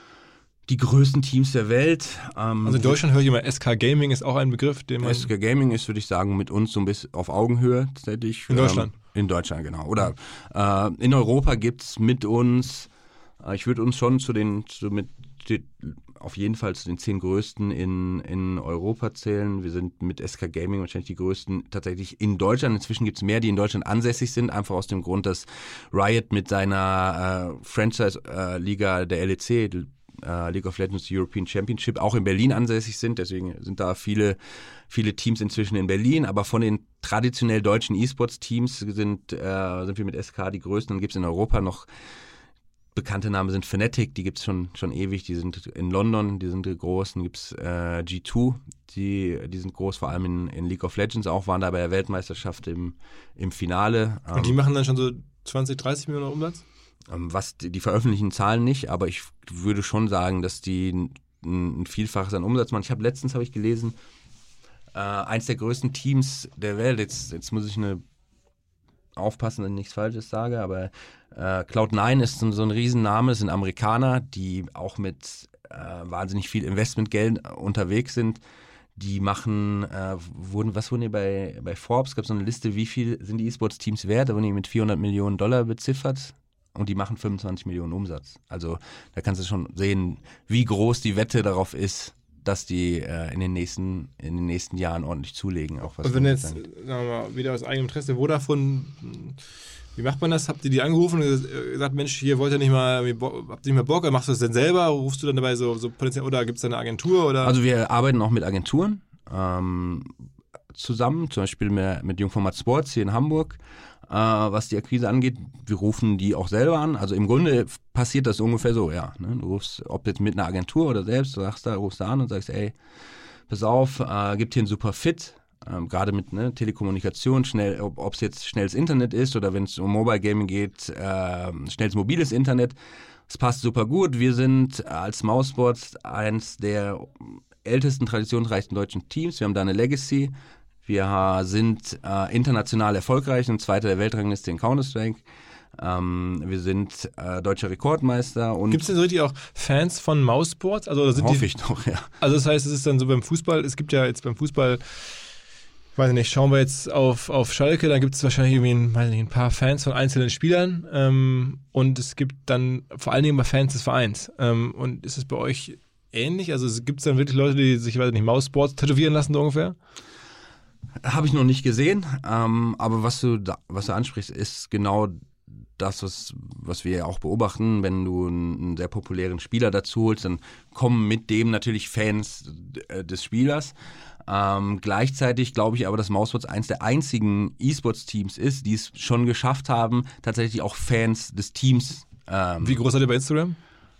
Die größten Teams der Welt. Ähm, also in Deutschland höre ich immer, S K Gaming ist auch ein Begriff, den man... S K Gaming ist, würde ich sagen, mit uns so ein bisschen auf Augenhöhe tatsächlich. In Deutschland? Ähm, in Deutschland, genau. Oder äh, in Europa gibt es mit uns, äh, ich würde uns schon zu den, zu mit, die, auf jeden Fall zu den zehn größten in, in Europa zählen. Wir sind mit S K Gaming wahrscheinlich die größten tatsächlich in Deutschland. Inzwischen gibt es mehr, die in Deutschland ansässig sind, einfach aus dem Grund, dass Riot mit seiner äh, Franchise-Liga der L E C, Uh, League of Legends European Championship, auch in Berlin ansässig sind. Deswegen sind da viele, viele Teams inzwischen in Berlin. Aber von den traditionell deutschen E-Sports-Teams sind, äh, sind wir mit S K die größten. Dann gibt es in Europa noch bekannte Namen, sind Fnatic, die gibt es schon, schon ewig. Die sind in London, die sind groß. Dann gibt es äh, G zwei, die, die sind groß, vor allem in, in League of Legends auch, waren da bei der Weltmeisterschaft im, im Finale. Und die machen dann schon so zwanzig, dreißig Millionen Umsatz? Was die, die veröffentlichen Zahlen nicht, aber ich würde schon sagen, dass die ein, ein Vielfaches an Umsatz machen. Ich habe letztens, habe ich gelesen, äh, eins der größten Teams der Welt, jetzt, jetzt muss ich eine aufpassen, dass ich nichts Falsches sage, aber äh, Cloud nine ist so, so ein Riesenname, es sind Amerikaner, die auch mit äh, wahnsinnig viel Investmentgeld unterwegs sind. Die machen, äh, wurden, was wurden die bei, bei Forbes, gab es so eine Liste, wie viel sind die E-Sports-Teams wert, da wurden die mit vierhundert Millionen Dollar beziffert. Und die machen fünfundzwanzig Millionen Umsatz. Also da kannst du schon sehen, wie groß die Wette darauf ist, dass die äh, in den nächsten in den nächsten Jahren ordentlich zulegen. Auch was und wenn jetzt, sagen wir mal, wieder aus eigenem Interesse, Vodafone, wie macht man das? Habt ihr die angerufen und gesagt, Mensch, hier wollt ihr nicht mal, habt ihr nicht mehr Bock, oder machst du das denn selber? Rufst du dann dabei so, so potenziell, oder gibt es da eine Agentur? Oder? Also wir arbeiten auch mit Agenturen ähm, zusammen, zum Beispiel mit, mit Jungformat Sports hier in Hamburg. Uh, was die Akquise angeht, wir rufen die auch selber an. Also im Grunde passiert das ungefähr so, ja. Ne? Du rufst, ob jetzt mit einer Agentur oder selbst, du sagst da, rufst da an und sagst, ey, pass auf, uh, gibt hier einen super Fit, uh, gerade mit ne, Telekommunikation, schnell, ob es jetzt schnelles Internet ist oder wenn es um Mobile Gaming geht, uh, schnelles mobiles Internet. Es passt super gut. Wir sind als Mousesports eins der ältesten, traditionsreichsten deutschen Teams. Wir haben da eine Legacy. Wir sind äh, international erfolgreich und Zweiter der Weltrangliste in Counter-Strike. Ähm, wir sind äh, deutscher Rekordmeister. Gibt es denn so richtig auch Fans von Mousesports? Also, sind hoffe die, ich doch, ja. Also das heißt, es ist dann so beim Fußball, es gibt ja jetzt beim Fußball, weiß ich nicht, schauen wir jetzt auf, auf Schalke, dann gibt es wahrscheinlich irgendwie ein, weiß nicht, ein paar Fans von einzelnen Spielern ähm, und es gibt dann vor allen Dingen mal Fans des Vereins. Ähm, und ist es bei euch ähnlich? Also gibt es dann wirklich Leute, die sich, weiß ich nicht, Mousesports tätowieren lassen so ungefähr? Habe ich noch nicht gesehen, ähm, aber was du da, was du ansprichst, ist genau das, was, was wir auch beobachten. Wenn du einen, einen sehr populären Spieler dazu holst, dann kommen mit dem natürlich Fans äh, des Spielers. Ähm, gleichzeitig glaube ich aber, dass Mousesports eins der einzigen E-Sports-Teams ist, die es schon geschafft haben, tatsächlich auch Fans des Teams. Ähm, Wie groß seid ihr bei Instagram?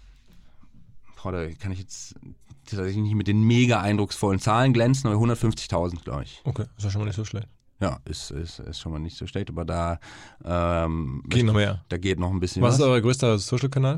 Boah, da kann ich jetzt tatsächlich nicht mit den mega eindrucksvollen Zahlen glänzen, aber hundertfünfzigtausend, glaube ich. Okay, ist ja schon mal nicht so schlecht. Ja, ist, ist, ist schon mal nicht so schlecht, aber da ähm, geht noch mehr. Da geht noch ein bisschen was. Was ist euer größter Social-Kanal?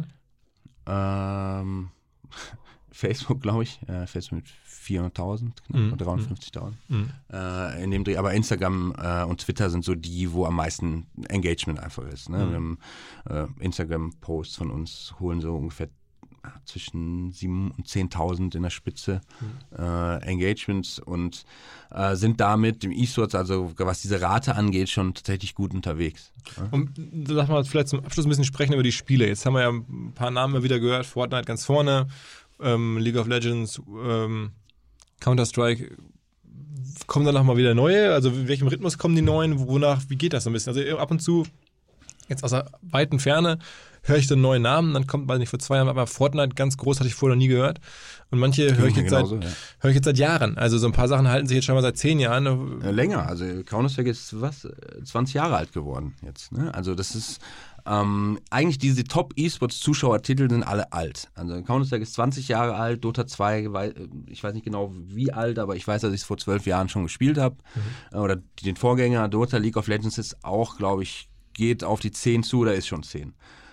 Ähm, Facebook, glaube ich. Äh, Facebook mit vierhunderttausend, knapp Mhm. dreihundertfünfzigtausend. Mhm. Äh, in dem Dreh. Aber Instagram äh, und Twitter sind so die, wo am meisten Engagement einfach ist. Ne? Mhm. Wir haben äh, Instagram-Posts von uns, holen so ungefähr zwischen sieben und zehntausend in der Spitze mhm. äh, Engagements und äh, sind damit im E-Sports, also was diese Rate angeht, schon tatsächlich gut unterwegs. Ja? Und sag mal, vielleicht zum Abschluss ein bisschen sprechen über die Spiele. Jetzt haben wir ja ein paar Namen mal wieder gehört. Fortnite ganz vorne, ähm, League of Legends, ähm, Counter-Strike. Kommen da noch mal wieder neue? Also in welchem Rhythmus kommen die neuen? Wonach, wie geht das so ein bisschen? Also ab und zu, jetzt aus der weiten Ferne, höre ich dann neue Namen, dann kommt, weiß nicht, vor zwei Jahren, aber Fortnite ganz groß, hatte ich vorher noch nie gehört. Und manche höre ich, jetzt genauso, seit, ja. höre ich jetzt seit Jahren. Also so ein paar Sachen halten sich jetzt schon mal seit zehn Jahren. Ja, länger, also Counter-Strike ist was, zwanzig Jahre alt geworden jetzt. Ne? Also das ist, ähm, eigentlich diese Top-E-Sports-Zuschauertitel sind alle alt. Also Counter-Strike ist zwanzig Jahre alt, Dota zwei, ich weiß nicht genau wie alt, aber ich weiß, dass ich es vor zwölf Jahren schon gespielt habe. Mhm. Oder den Vorgänger Dota, League of Legends ist auch, glaube ich, geht auf die zehn zu, da ist schon zehn.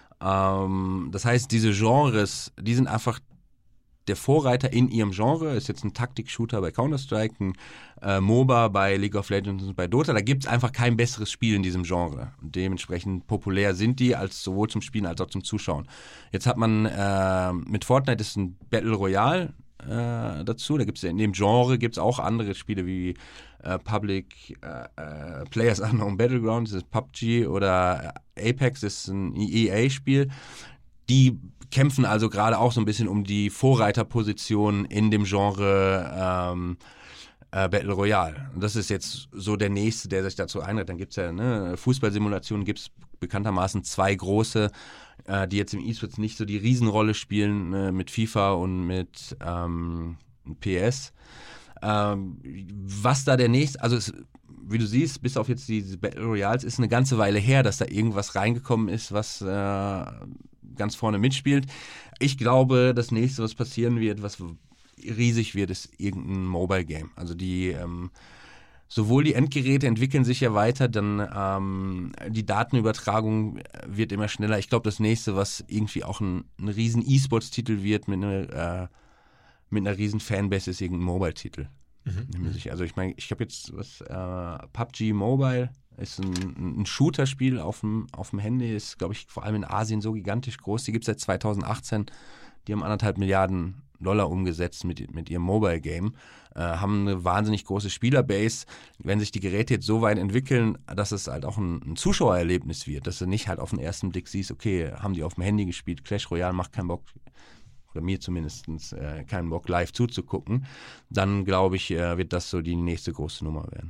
Ähm, das heißt, diese Genres, die sind einfach der Vorreiter in ihrem Genre. Ist jetzt ein Taktik-Shooter bei Counter-Strike, ein äh, MOBA bei League of Legends und bei Dota. Da gibt es einfach kein besseres Spiel in diesem Genre. Und dementsprechend populär sind die, als sowohl zum Spielen als auch zum Zuschauen. Jetzt hat man äh, mit Fortnite ist ein Battle Royale äh, dazu. Da gibt's in dem Genre gibt es auch andere Spiele wie äh, Public äh, äh, Players Unknown Battlegrounds, das ist P U B G, oder Apex ist ein E A-Spiel. Die kämpfen also gerade auch so ein bisschen um die Vorreiterposition in dem Genre ähm, äh, Battle Royale. Und das ist jetzt so der nächste, der sich dazu einreiht. Dann gibt es ja ne, Fußballsimulationen, gibt es bekanntermaßen zwei große, äh, die jetzt im E-Sports nicht so die Riesenrolle spielen, äh, mit FIFA und mit ähm, P S. Ähm, was da der nächste, also es, wie du siehst, bis auf jetzt diese Battle Royals, ist eine ganze Weile her, dass da irgendwas reingekommen ist, was äh, ganz vorne mitspielt. Ich glaube, das nächste, was passieren wird, was riesig wird, ist irgendein Mobile-Game. Also die ähm, sowohl die Endgeräte entwickeln sich ja weiter, dann ähm, die Datenübertragung wird immer schneller. Ich glaube, das nächste, was irgendwie auch ein, ein riesen E-Sports-Titel wird mit einer, äh, mit einer riesen Fanbase, ist irgendein Mobile-Titel. Mhm. Also ich meine, ich habe jetzt was äh, P U B G Mobile ist ein, ein Shooter-Spiel auf dem, auf dem Handy, ist, glaube ich, vor allem in Asien so gigantisch groß. Die gibt es seit zweitausendachtzehn. Die haben anderthalb Milliarden Dollar umgesetzt mit, mit ihrem Mobile-Game, äh, haben eine wahnsinnig große Spielerbase. Wenn sich die Geräte jetzt so weit entwickeln, dass es halt auch ein, ein Zuschauererlebnis wird, dass du nicht halt auf den ersten Blick siehst, okay, haben die auf dem Handy gespielt, Clash Royale macht keinen Bock, oder mir zumindest äh, keinen Bock, live zuzugucken, dann glaube ich, äh, wird das so die nächste große Nummer werden.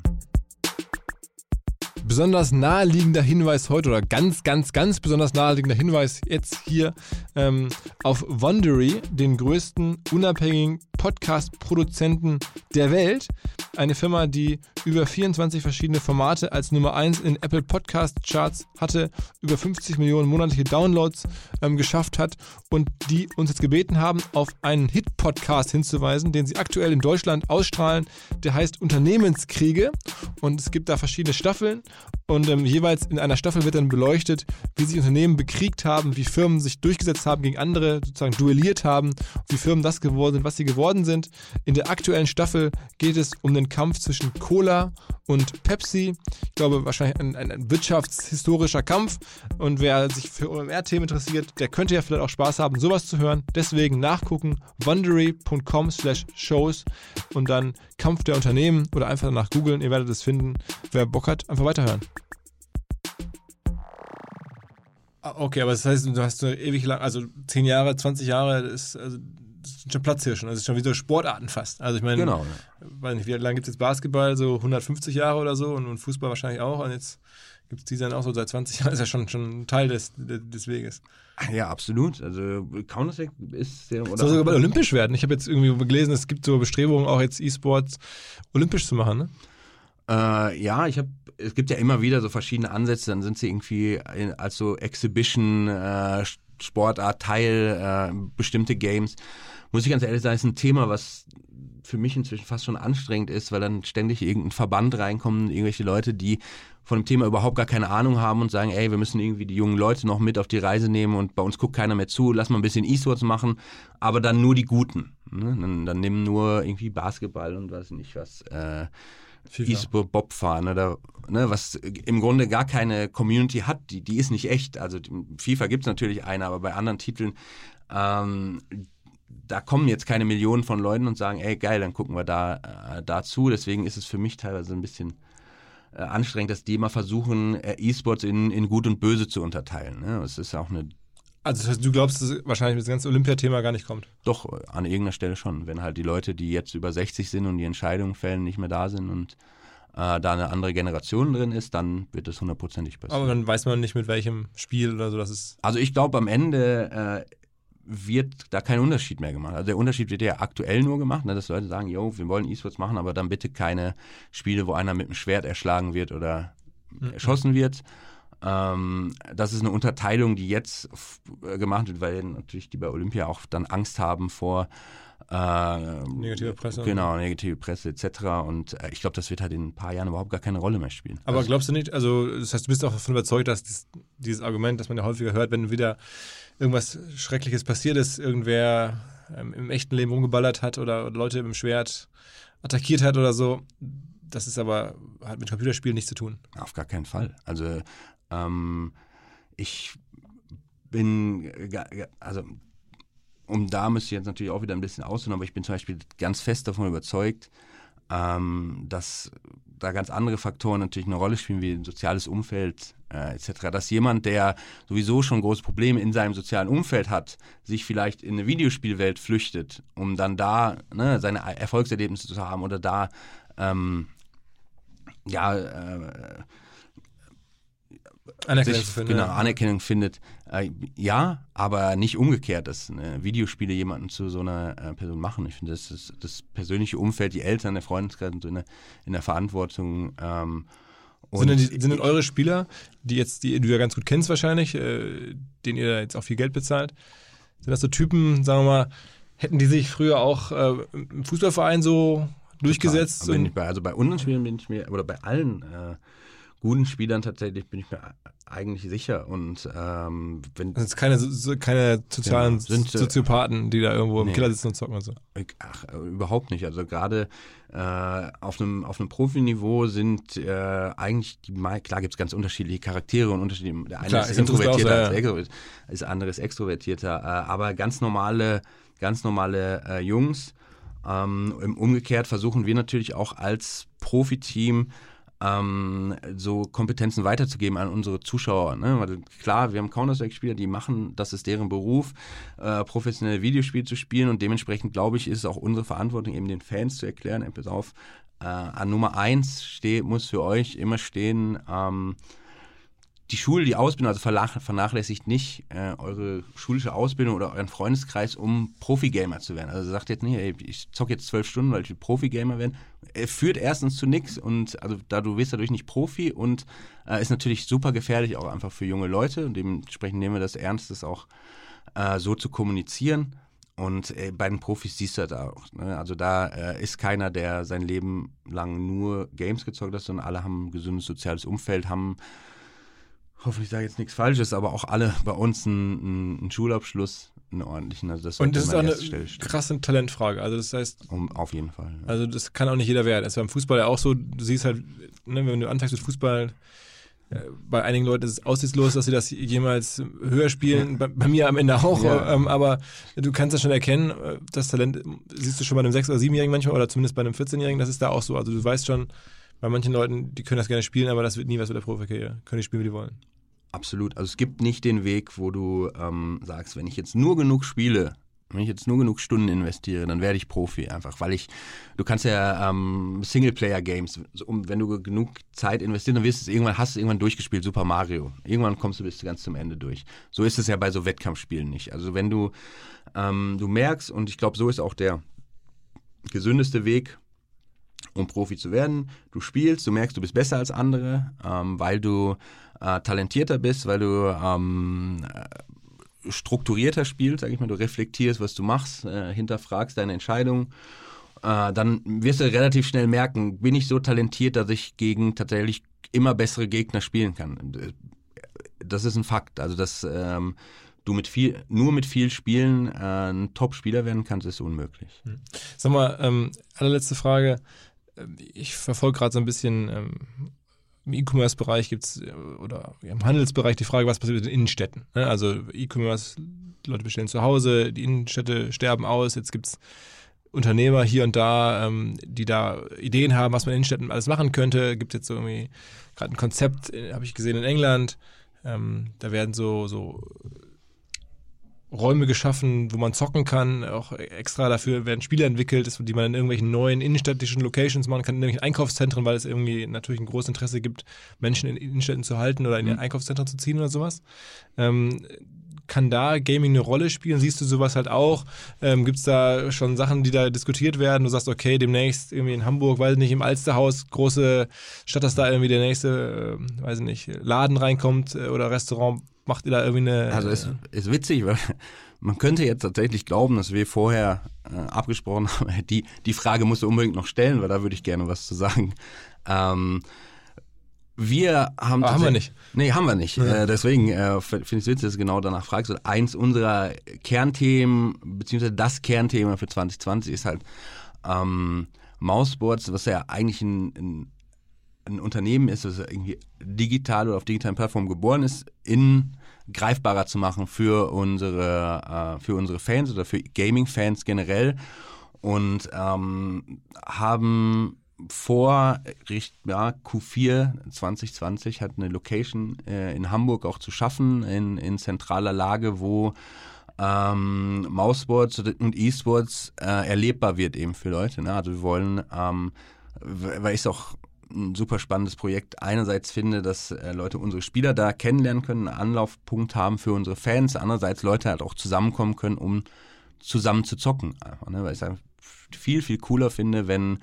Besonders naheliegender Hinweis heute oder ganz, ganz, ganz besonders naheliegender Hinweis jetzt hier ähm, auf Wondery, den größten unabhängigen Podcast-Produzenten der Welt. Eine Firma, die über vierundzwanzig verschiedene Formate als Nummer eins in Apple Podcast Charts hatte, über fünfzig Millionen monatliche Downloads ähm, geschafft hat und die uns jetzt gebeten haben, auf einen Hit-Podcast hinzuweisen, den sie aktuell in Deutschland ausstrahlen. Der heißt Unternehmenskriege und es gibt da verschiedene Staffeln und ähm, jeweils in einer Staffel wird dann beleuchtet, wie sich Unternehmen bekriegt haben, wie Firmen sich durchgesetzt haben gegen andere, sozusagen duelliert haben, wie Firmen das geworden sind, was sie geworden sind. In der aktuellen Staffel geht es um den Kampf zwischen Cola und Pepsi. Ich glaube, wahrscheinlich ein, ein, ein wirtschaftshistorischer Kampf. Und wer sich für O M R-Themen interessiert, der könnte ja vielleicht auch Spaß haben, sowas zu hören. Deswegen nachgucken, wondery punkt com slash shows und dann Kampf der Unternehmen oder einfach danach googeln. Ihr werdet es finden. Wer Bock hat, einfach weiterhören. Okay, aber das heißt, du hast so ewig lang, also zehn Jahre, zwanzig Jahre, das ist, also, das sind schon Platzhirschen, also schon wie so Sportarten fast. Also ich meine, Genau. Ja. Weiß nicht, wie lange gibt es jetzt Basketball? So hundertfünfzig Jahre oder so und, und Fußball wahrscheinlich auch. Und jetzt gibt es die dann auch so seit zwanzig Jahren. Das ist ja schon, schon ein Teil des, des Weges. Ja, absolut. Also Counter-Strike ist sehr... Soll sogar bald olympisch werden. Ich habe jetzt irgendwie gelesen, es gibt so Bestrebungen, auch jetzt E-Sports olympisch zu machen, ne? Äh, ja, ich habe, es gibt ja immer wieder so verschiedene Ansätze, dann sind sie irgendwie in, als so Exhibition, äh, Sportart, Teil, äh, bestimmte Games. Muss ich ganz ehrlich sagen, ist ein Thema, was für mich inzwischen fast schon anstrengend ist, weil dann ständig irgendein Verband reinkommen, irgendwelche Leute, die von dem Thema überhaupt gar keine Ahnung haben und sagen, ey, wir müssen irgendwie die jungen Leute noch mit auf die Reise nehmen und bei uns guckt keiner mehr zu, lass mal ein bisschen E-Sports machen, aber dann nur die Guten. Ne? Dann, dann nehmen nur irgendwie Basketball und weiß nicht was, äh, E-Sport, Bobfahren oder ne, was im Grunde gar keine Community hat, die, die ist nicht echt. Also FIFA gibt es natürlich eine, aber bei anderen Titeln ähm, da kommen jetzt keine Millionen von Leuten und sagen, ey geil, dann gucken wir da äh, dazu. Deswegen ist es für mich teilweise ein bisschen äh, anstrengend, dass die immer versuchen, äh, E-Sports in, in Gut und Böse zu unterteilen. Ne? Das ist auch eine Also das heißt, du glaubst, dass wahrscheinlich das ganze Olympiathema gar nicht kommt? Doch, an irgendeiner Stelle schon. Wenn halt die Leute, die jetzt über sechzig sind und die Entscheidungen fällen, nicht mehr da sind und äh, da eine andere Generation drin ist, dann wird das hundertprozentig passieren. Aber dann weiß man nicht, mit welchem Spiel oder so das ist. Also ich glaube, am Ende äh, wird da kein Unterschied mehr gemacht. Also der Unterschied wird ja aktuell nur gemacht, ne, dass Leute sagen, yo, wir wollen E-Sports machen, aber dann bitte keine Spiele, wo einer mit dem Schwert erschlagen wird oder mhm. erschossen wird. Ähm, das ist eine Unterteilung, die jetzt f- gemacht wird, weil natürlich die bei Olympia auch dann Angst haben vor äh, negative Presse. Genau, negative Presse et cetera. Und äh, ich glaube, das wird halt in ein paar Jahren überhaupt gar keine Rolle mehr spielen. Aber also, glaubst du nicht, also das heißt, du bist auch davon überzeugt, dass dies, dieses Argument, das man ja häufiger hört, wenn wieder irgendwas Schreckliches passiert ist, irgendwer ähm, im echten Leben rumgeballert hat oder, oder Leute mit dem Schwert attackiert hat oder so, das ist aber, hat mit Computerspielen nichts zu tun. Auf gar keinen Fall. Also ähm, ich bin, also um da müsste ich jetzt natürlich auch wieder ein bisschen ausholen, aber ich bin zum Beispiel ganz fest davon überzeugt, ähm, dass da ganz andere Faktoren natürlich eine Rolle spielen, wie ein soziales Umfeld äh, et cetera. Dass jemand, der sowieso schon große Probleme in seinem sozialen Umfeld hat, sich vielleicht in eine Videospielwelt flüchtet, um dann da ne, seine Erfolgserlebnisse zu haben oder da ähm, ja äh, Anerkennung sich, finden, genau, ja. Anerkennung findet. Äh, ja, aber nicht umgekehrt, dass äh, Videospiele jemanden zu so einer äh, Person machen. Ich finde, das ist das persönliche Umfeld, die Eltern, der Freundeskreis sind so in der, in der Verantwortung. Ähm, sind, denn die, sind denn eure Spieler, die jetzt, die du ja ganz gut kennst wahrscheinlich, äh, denen ihr jetzt auch viel Geld bezahlt, sind das so Typen, sagen wir mal, hätten die sich früher auch äh, im Fußballverein so durchgesetzt? Total. Bin ich bei, also bei unseren Spielern bin ich mir, oder bei allen äh, guten Spielern tatsächlich bin ich mir eigentlich sicher. Und ähm, wenn das sind keine, so, keine sozialen genau, sind, Soziopathen, die da irgendwo im nee. Keller sitzen und zocken und so. Ach, überhaupt nicht. Also gerade äh, auf einem auf einem Profiniveau sind äh, eigentlich die mal klar gibt es ganz unterschiedliche Charaktere und unterschiedliche. Der eine klar, ist introvertierter aus, ja, als der andere, ist andere ist extrovertierter. Äh, aber ganz normale ganz normale äh, Jungs. Ähm, im Umgekehrt versuchen wir natürlich auch als Profiteam Ähm, so Kompetenzen weiterzugeben an unsere Zuschauer. Ne? Weil klar, wir haben Counter-Strike-Spieler, die machen, das ist deren Beruf, äh, professionelle Videospiele zu spielen und dementsprechend, glaube ich, ist es auch unsere Verantwortung, eben den Fans zu erklären, ey, pass auf, äh, an Nummer eins steh, muss für euch immer stehen, ähm, die Schule, die Ausbildung, also vernachlässigt nicht äh, eure schulische Ausbildung oder euren Freundeskreis, um Profi-Gamer zu werden. Also sagt jetzt nicht, ey, ich zocke jetzt zwölf Stunden, weil ich will Profi-Gamer werden. Er führt erstens zu nichts und also da du wirst dadurch nicht Profi und äh, ist natürlich super gefährlich auch einfach für junge Leute und dementsprechend nehmen wir das ernst, das auch äh, so zu kommunizieren. Und äh, bei den Profis siehst du das auch. Ne? Also da äh, ist keiner, der sein Leben lang nur Games gezockt hat, sondern alle haben ein gesundes soziales Umfeld, haben hoffentlich sage ich jetzt nichts Falsches, aber auch alle bei uns einen, einen Schulabschluss, einen ordentlichen. Also das und das ist auch eine krasse Talentfrage. Also das heißt, um, auf jeden Fall. Ja. Also das kann auch nicht jeder werden. Das ist beim Fußball ja auch so. Du siehst halt, ne, wenn du anfängst mit Fußball, äh, bei einigen Leuten ist es aussichtslos, dass sie das jemals höher spielen. Bei, bei mir am Ende auch. Ja. Ähm, aber du kannst das schon erkennen. Das Talent siehst du schon bei einem sechs- oder siebenjährigen manchmal oder zumindest bei einem vierzehnjährigen. Das ist da auch so. Also du weißt schon, bei manchen Leuten, die können das gerne spielen, aber das wird nie was mit der Profikarriere. Können die spielen, wie die wollen. Absolut. Also es gibt nicht den Weg, wo du ähm, sagst, wenn ich jetzt nur genug spiele, Wenn ich jetzt nur genug Stunden investiere, dann werde ich Profi einfach, weil ich, du kannst ja ähm, Singleplayer-Games, um, wenn du genug Zeit investierst, dann wirst du es irgendwann, hast du irgendwann durchgespielt, Super Mario. Irgendwann kommst du bis ganz zum Ende durch. So ist es ja bei so Wettkampfspielen nicht. Also wenn du, ähm, du merkst, und ich glaube, so ist auch der gesündeste Weg, um Profi zu werden. Du spielst, du merkst, du bist besser als andere, ähm, weil du äh, talentierter bist, weil du ähm, strukturierter spielst, sag ich mal, du reflektierst, was du machst, äh, hinterfragst deine Entscheidung, äh, dann wirst du relativ schnell merken, bin ich so talentiert, dass ich gegen tatsächlich immer bessere Gegner spielen kann. Das ist ein Fakt. Also, dass ähm, du mit viel, nur mit viel Spielen äh, ein Top-Spieler werden kannst, ist unmöglich. Sag mal, ähm, allerletzte Frage. Ich verfolge gerade so ein bisschen ähm, im E-Commerce-Bereich gibt es, oder im Handelsbereich die Frage, was passiert mit den Innenstädten. Ne? Also E-Commerce, Leute bestellen zu Hause, die Innenstädte sterben aus, jetzt gibt es Unternehmer hier und da, ähm, die da Ideen haben, was man in Innenstädten alles machen könnte. Gibt jetzt so irgendwie gerade ein Konzept, äh, habe ich gesehen in England, ähm, da werden so, so Räume geschaffen, wo man zocken kann, auch extra dafür werden Spiele entwickelt, die man in irgendwelchen neuen innenstädtischen Locations machen kann, in irgendwelchen Einkaufszentren, weil es irgendwie natürlich ein großes Interesse gibt, Menschen in Innenstädten zu halten oder in mhm. Einkaufszentren zu ziehen oder sowas. Ähm, kann da Gaming eine Rolle spielen? Siehst du sowas halt auch? Ähm, gibt es da schon Sachen, die da diskutiert werden? Du sagst, okay, demnächst irgendwie in Hamburg, weiß ich nicht, im Alsterhaus, große Stadt, dass da irgendwie der nächste, äh, weiß ich nicht, Laden reinkommt äh, oder Restaurant. Macht ihr da irgendwie eine... Also es ist witzig, weil man könnte jetzt tatsächlich glauben, dass wir vorher äh, abgesprochen haben, die, die Frage musst du unbedingt noch stellen, weil da würde ich gerne was zu sagen. Ähm, wir haben... Aber haben wir nicht. Nee, haben wir nicht. Ja. Äh, deswegen äh, finde ich es witzig, dass du genau danach fragst. Und eins unserer Kernthemen, beziehungsweise das Kernthema für zwanzig zwanzig ist halt ähm, Mouseboards, was ja eigentlich ein... ein ein Unternehmen ist, das irgendwie digital oder auf digitalen Plattformen geboren ist, in greifbarer zu machen für unsere, äh, für unsere Fans oder für Gaming-Fans generell und ähm, haben vor ja, Q vier zwanzig zwanzig hat eine Location äh, in Hamburg auch zu schaffen, in, in zentraler Lage, wo ähm, Mouseboards und E-Sports äh, erlebbar wird eben für Leute. Ne? Also wir wollen, ähm, weil ich auch ein super spannendes Projekt einerseits finde, dass äh, Leute unsere Spieler da kennenlernen können, einen Anlaufpunkt haben für unsere Fans, andererseits Leute halt auch zusammenkommen können, um zusammen zu zocken. Einfach, ne? Weil ich es viel, viel cooler finde, wenn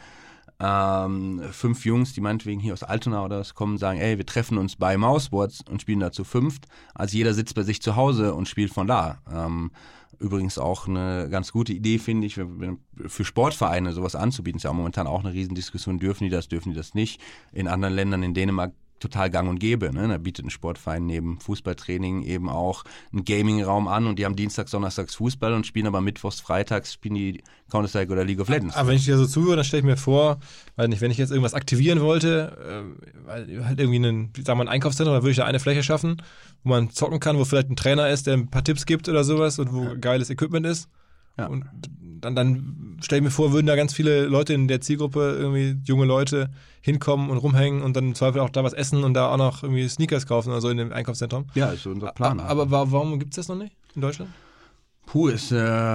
ähm, fünf Jungs, die meinetwegen hier aus Altona oder was kommen, sagen, ey, wir treffen uns bei Mouseboards und spielen da zu fünft, als jeder sitzt bei sich zu Hause und spielt von da. Ähm, Übrigens auch eine ganz gute Idee, finde ich, für Sportvereine sowas anzubieten. Ist ja auch momentan auch eine Riesendiskussion, dürfen die das, dürfen die das nicht. In anderen Ländern, in Dänemark, total gang und gäbe. Ne? Da bietet ein Sportverein neben Fußballtraining eben auch einen Gaming-Raum an und die haben Dienstags, Donnerstags Fußball und spielen aber Mittwochs, Freitags spielen die Counter-Strike oder League of Legends. Aber wenn ich dir so zuhöre, dann stelle ich mir vor, weil nicht, wenn ich jetzt irgendwas aktivieren wollte, äh, weil halt irgendwie einen, sagen wir, ein Einkaufszentrum, dann würde ich da eine Fläche schaffen, wo man zocken kann, wo vielleicht ein Trainer ist, der ein paar Tipps gibt oder sowas und wo ja. geiles Equipment ist. Ja. Und dann, dann stelle ich mir vor, würden da ganz viele Leute in der Zielgruppe, irgendwie junge Leute, hinkommen und rumhängen und dann im Zweifel auch da was essen und da auch noch irgendwie Sneakers kaufen oder so in dem Einkaufszentrum. Ja, ist so unser Plan. Aber, aber warum gibt es das noch nicht in Deutschland? Puh, ist äh,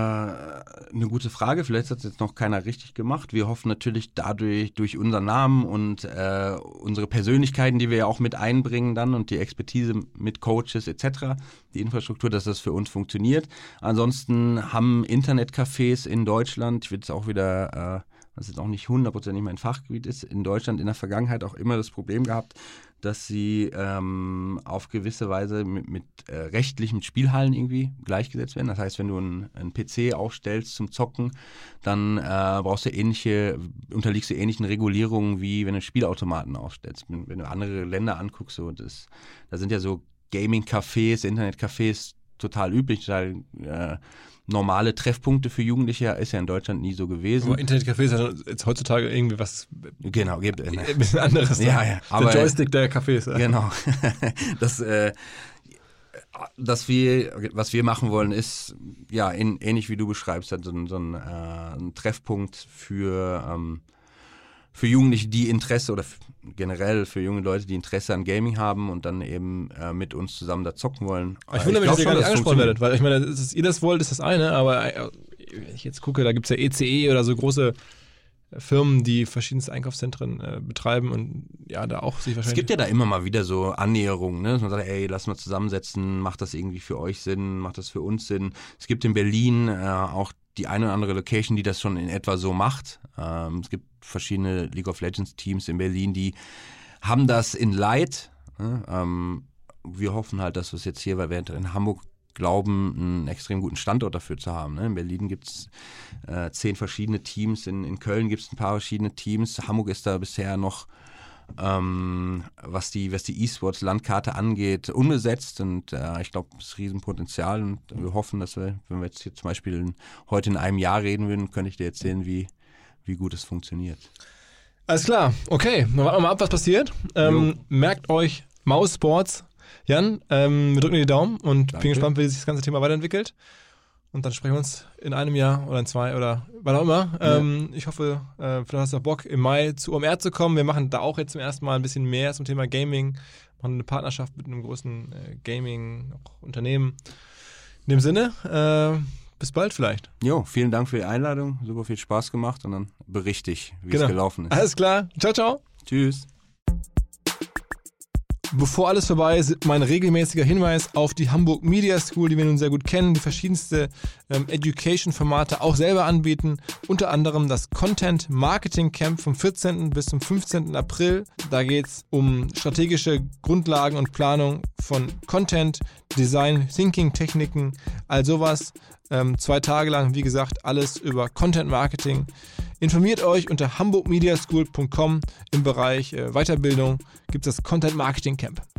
eine gute Frage. Vielleicht hat es jetzt noch keiner richtig gemacht. Wir hoffen natürlich dadurch, durch unseren Namen und äh, unsere Persönlichkeiten, die wir ja auch mit einbringen dann und die Expertise mit Coaches et cetera, die Infrastruktur, dass das für uns funktioniert. Ansonsten haben Internetcafés in Deutschland, ich will jetzt auch wieder, äh, was jetzt auch nicht hundertprozentig mein Fachgebiet ist, in Deutschland in der Vergangenheit auch immer das Problem gehabt, dass sie ähm, auf gewisse Weise mit, mit äh, rechtlich mit Spielhallen irgendwie gleichgesetzt werden. Das heißt, wenn du einen, einen P C aufstellst zum Zocken, dann äh, brauchst du ähnliche, unterliegst du ähnlichen Regulierungen, wie wenn du Spielautomaten aufstellst. Wenn, wenn du andere Länder anguckst, so das, da sind ja so Gaming-Cafés, Internet-Cafés total üblich, total äh, normale Treffpunkte für Jugendliche ist ja in Deutschland nie so gewesen. Aber Internetcafé ist ja jetzt heutzutage irgendwie was genau, gibt, äh, ein bisschen anderes. Ja, ja, aber, der Joystick der Cafés. Ja. Genau. das, äh, das wir, was wir machen wollen, ist ja in, ähnlich wie du beschreibst, halt so, ein, so ein, äh, ein Treffpunkt für, ähm, für Jugendliche, die Interesse oder f- generell für junge Leute, die Interesse an Gaming haben und dann eben äh, mit uns zusammen da zocken wollen. Ich wundere mich, glaub dass ihr gar schon, nicht dass es angesprochen funktioniert. werdet, weil ich meine, dass ihr das wollt, ist das eine, aber äh, wenn ich jetzt gucke, da gibt es ja E C E oder so große Firmen, die verschiedenste Einkaufszentren äh, betreiben und ja, da auch sich Es wahrscheinlich... gibt ja da immer mal wieder so Annäherungen, ne? Dass man sagt, ey, lass mal zusammensetzen, macht das irgendwie für euch Sinn, macht das für uns Sinn. Es gibt in Berlin äh, auch die eine oder andere Location, die das schon in etwa so macht. Ähm, es gibt verschiedene League of Legends Teams in Berlin, die haben das in Light. Ne? Ähm, wir hoffen halt, dass wir es jetzt hier, weil wir in Hamburg glauben, einen extrem guten Standort dafür zu haben. Ne? In Berlin gibt es äh, zehn verschiedene Teams, in, in Köln gibt es ein paar verschiedene Teams. Hamburg ist da bisher noch, ähm, was die, was die E-Sports-Landkarte angeht, unbesetzt und äh, ich glaube, es ist Riesenpotenzial und wir hoffen, dass wir, wenn wir jetzt hier zum Beispiel in, heute in einem Jahr reden würden, könnte ich dir erzählen, wie, wie gut es funktioniert. Alles klar, okay, dann warten wir mal ab, was passiert. Ähm, merkt euch Maus-Sports. Jan, ähm, wir drücken dir die Daumen und Danke. bin gespannt, wie sich das ganze Thema weiterentwickelt. Und dann sprechen wir uns in einem Jahr oder in zwei oder wann auch immer. Ja. Ähm, ich hoffe, äh, vielleicht hast du auch Bock, im Mai zu O M R zu kommen. Wir machen da auch jetzt zum ersten Mal ein bisschen mehr zum Thema Gaming. Wir machen eine Partnerschaft mit einem großen äh, Gaming-Unternehmen. In dem Sinne, äh, bis bald vielleicht. Jo, vielen Dank für die Einladung, super viel Spaß gemacht und dann berichte ich, wie Genau. es gelaufen ist. Alles klar, ciao, ciao. Tschüss. Bevor alles vorbei ist, mein regelmäßiger Hinweis auf die Hamburg Media School, die wir nun sehr gut kennen, die verschiedenste ähm, Education-Formate auch selber anbieten. Unter anderem das Content Marketing Camp vom vierzehnten bis zum fünfzehnten April. Da geht es um strategische Grundlagen und Planung von Content, Design, Thinking, Techniken, all sowas. Ähm, zwei Tage lang, wie gesagt, alles über Content Marketing. Informiert euch unter hamburg media school punkt com im Bereich äh, Weiterbildung gibt es das Content Marketing Camp.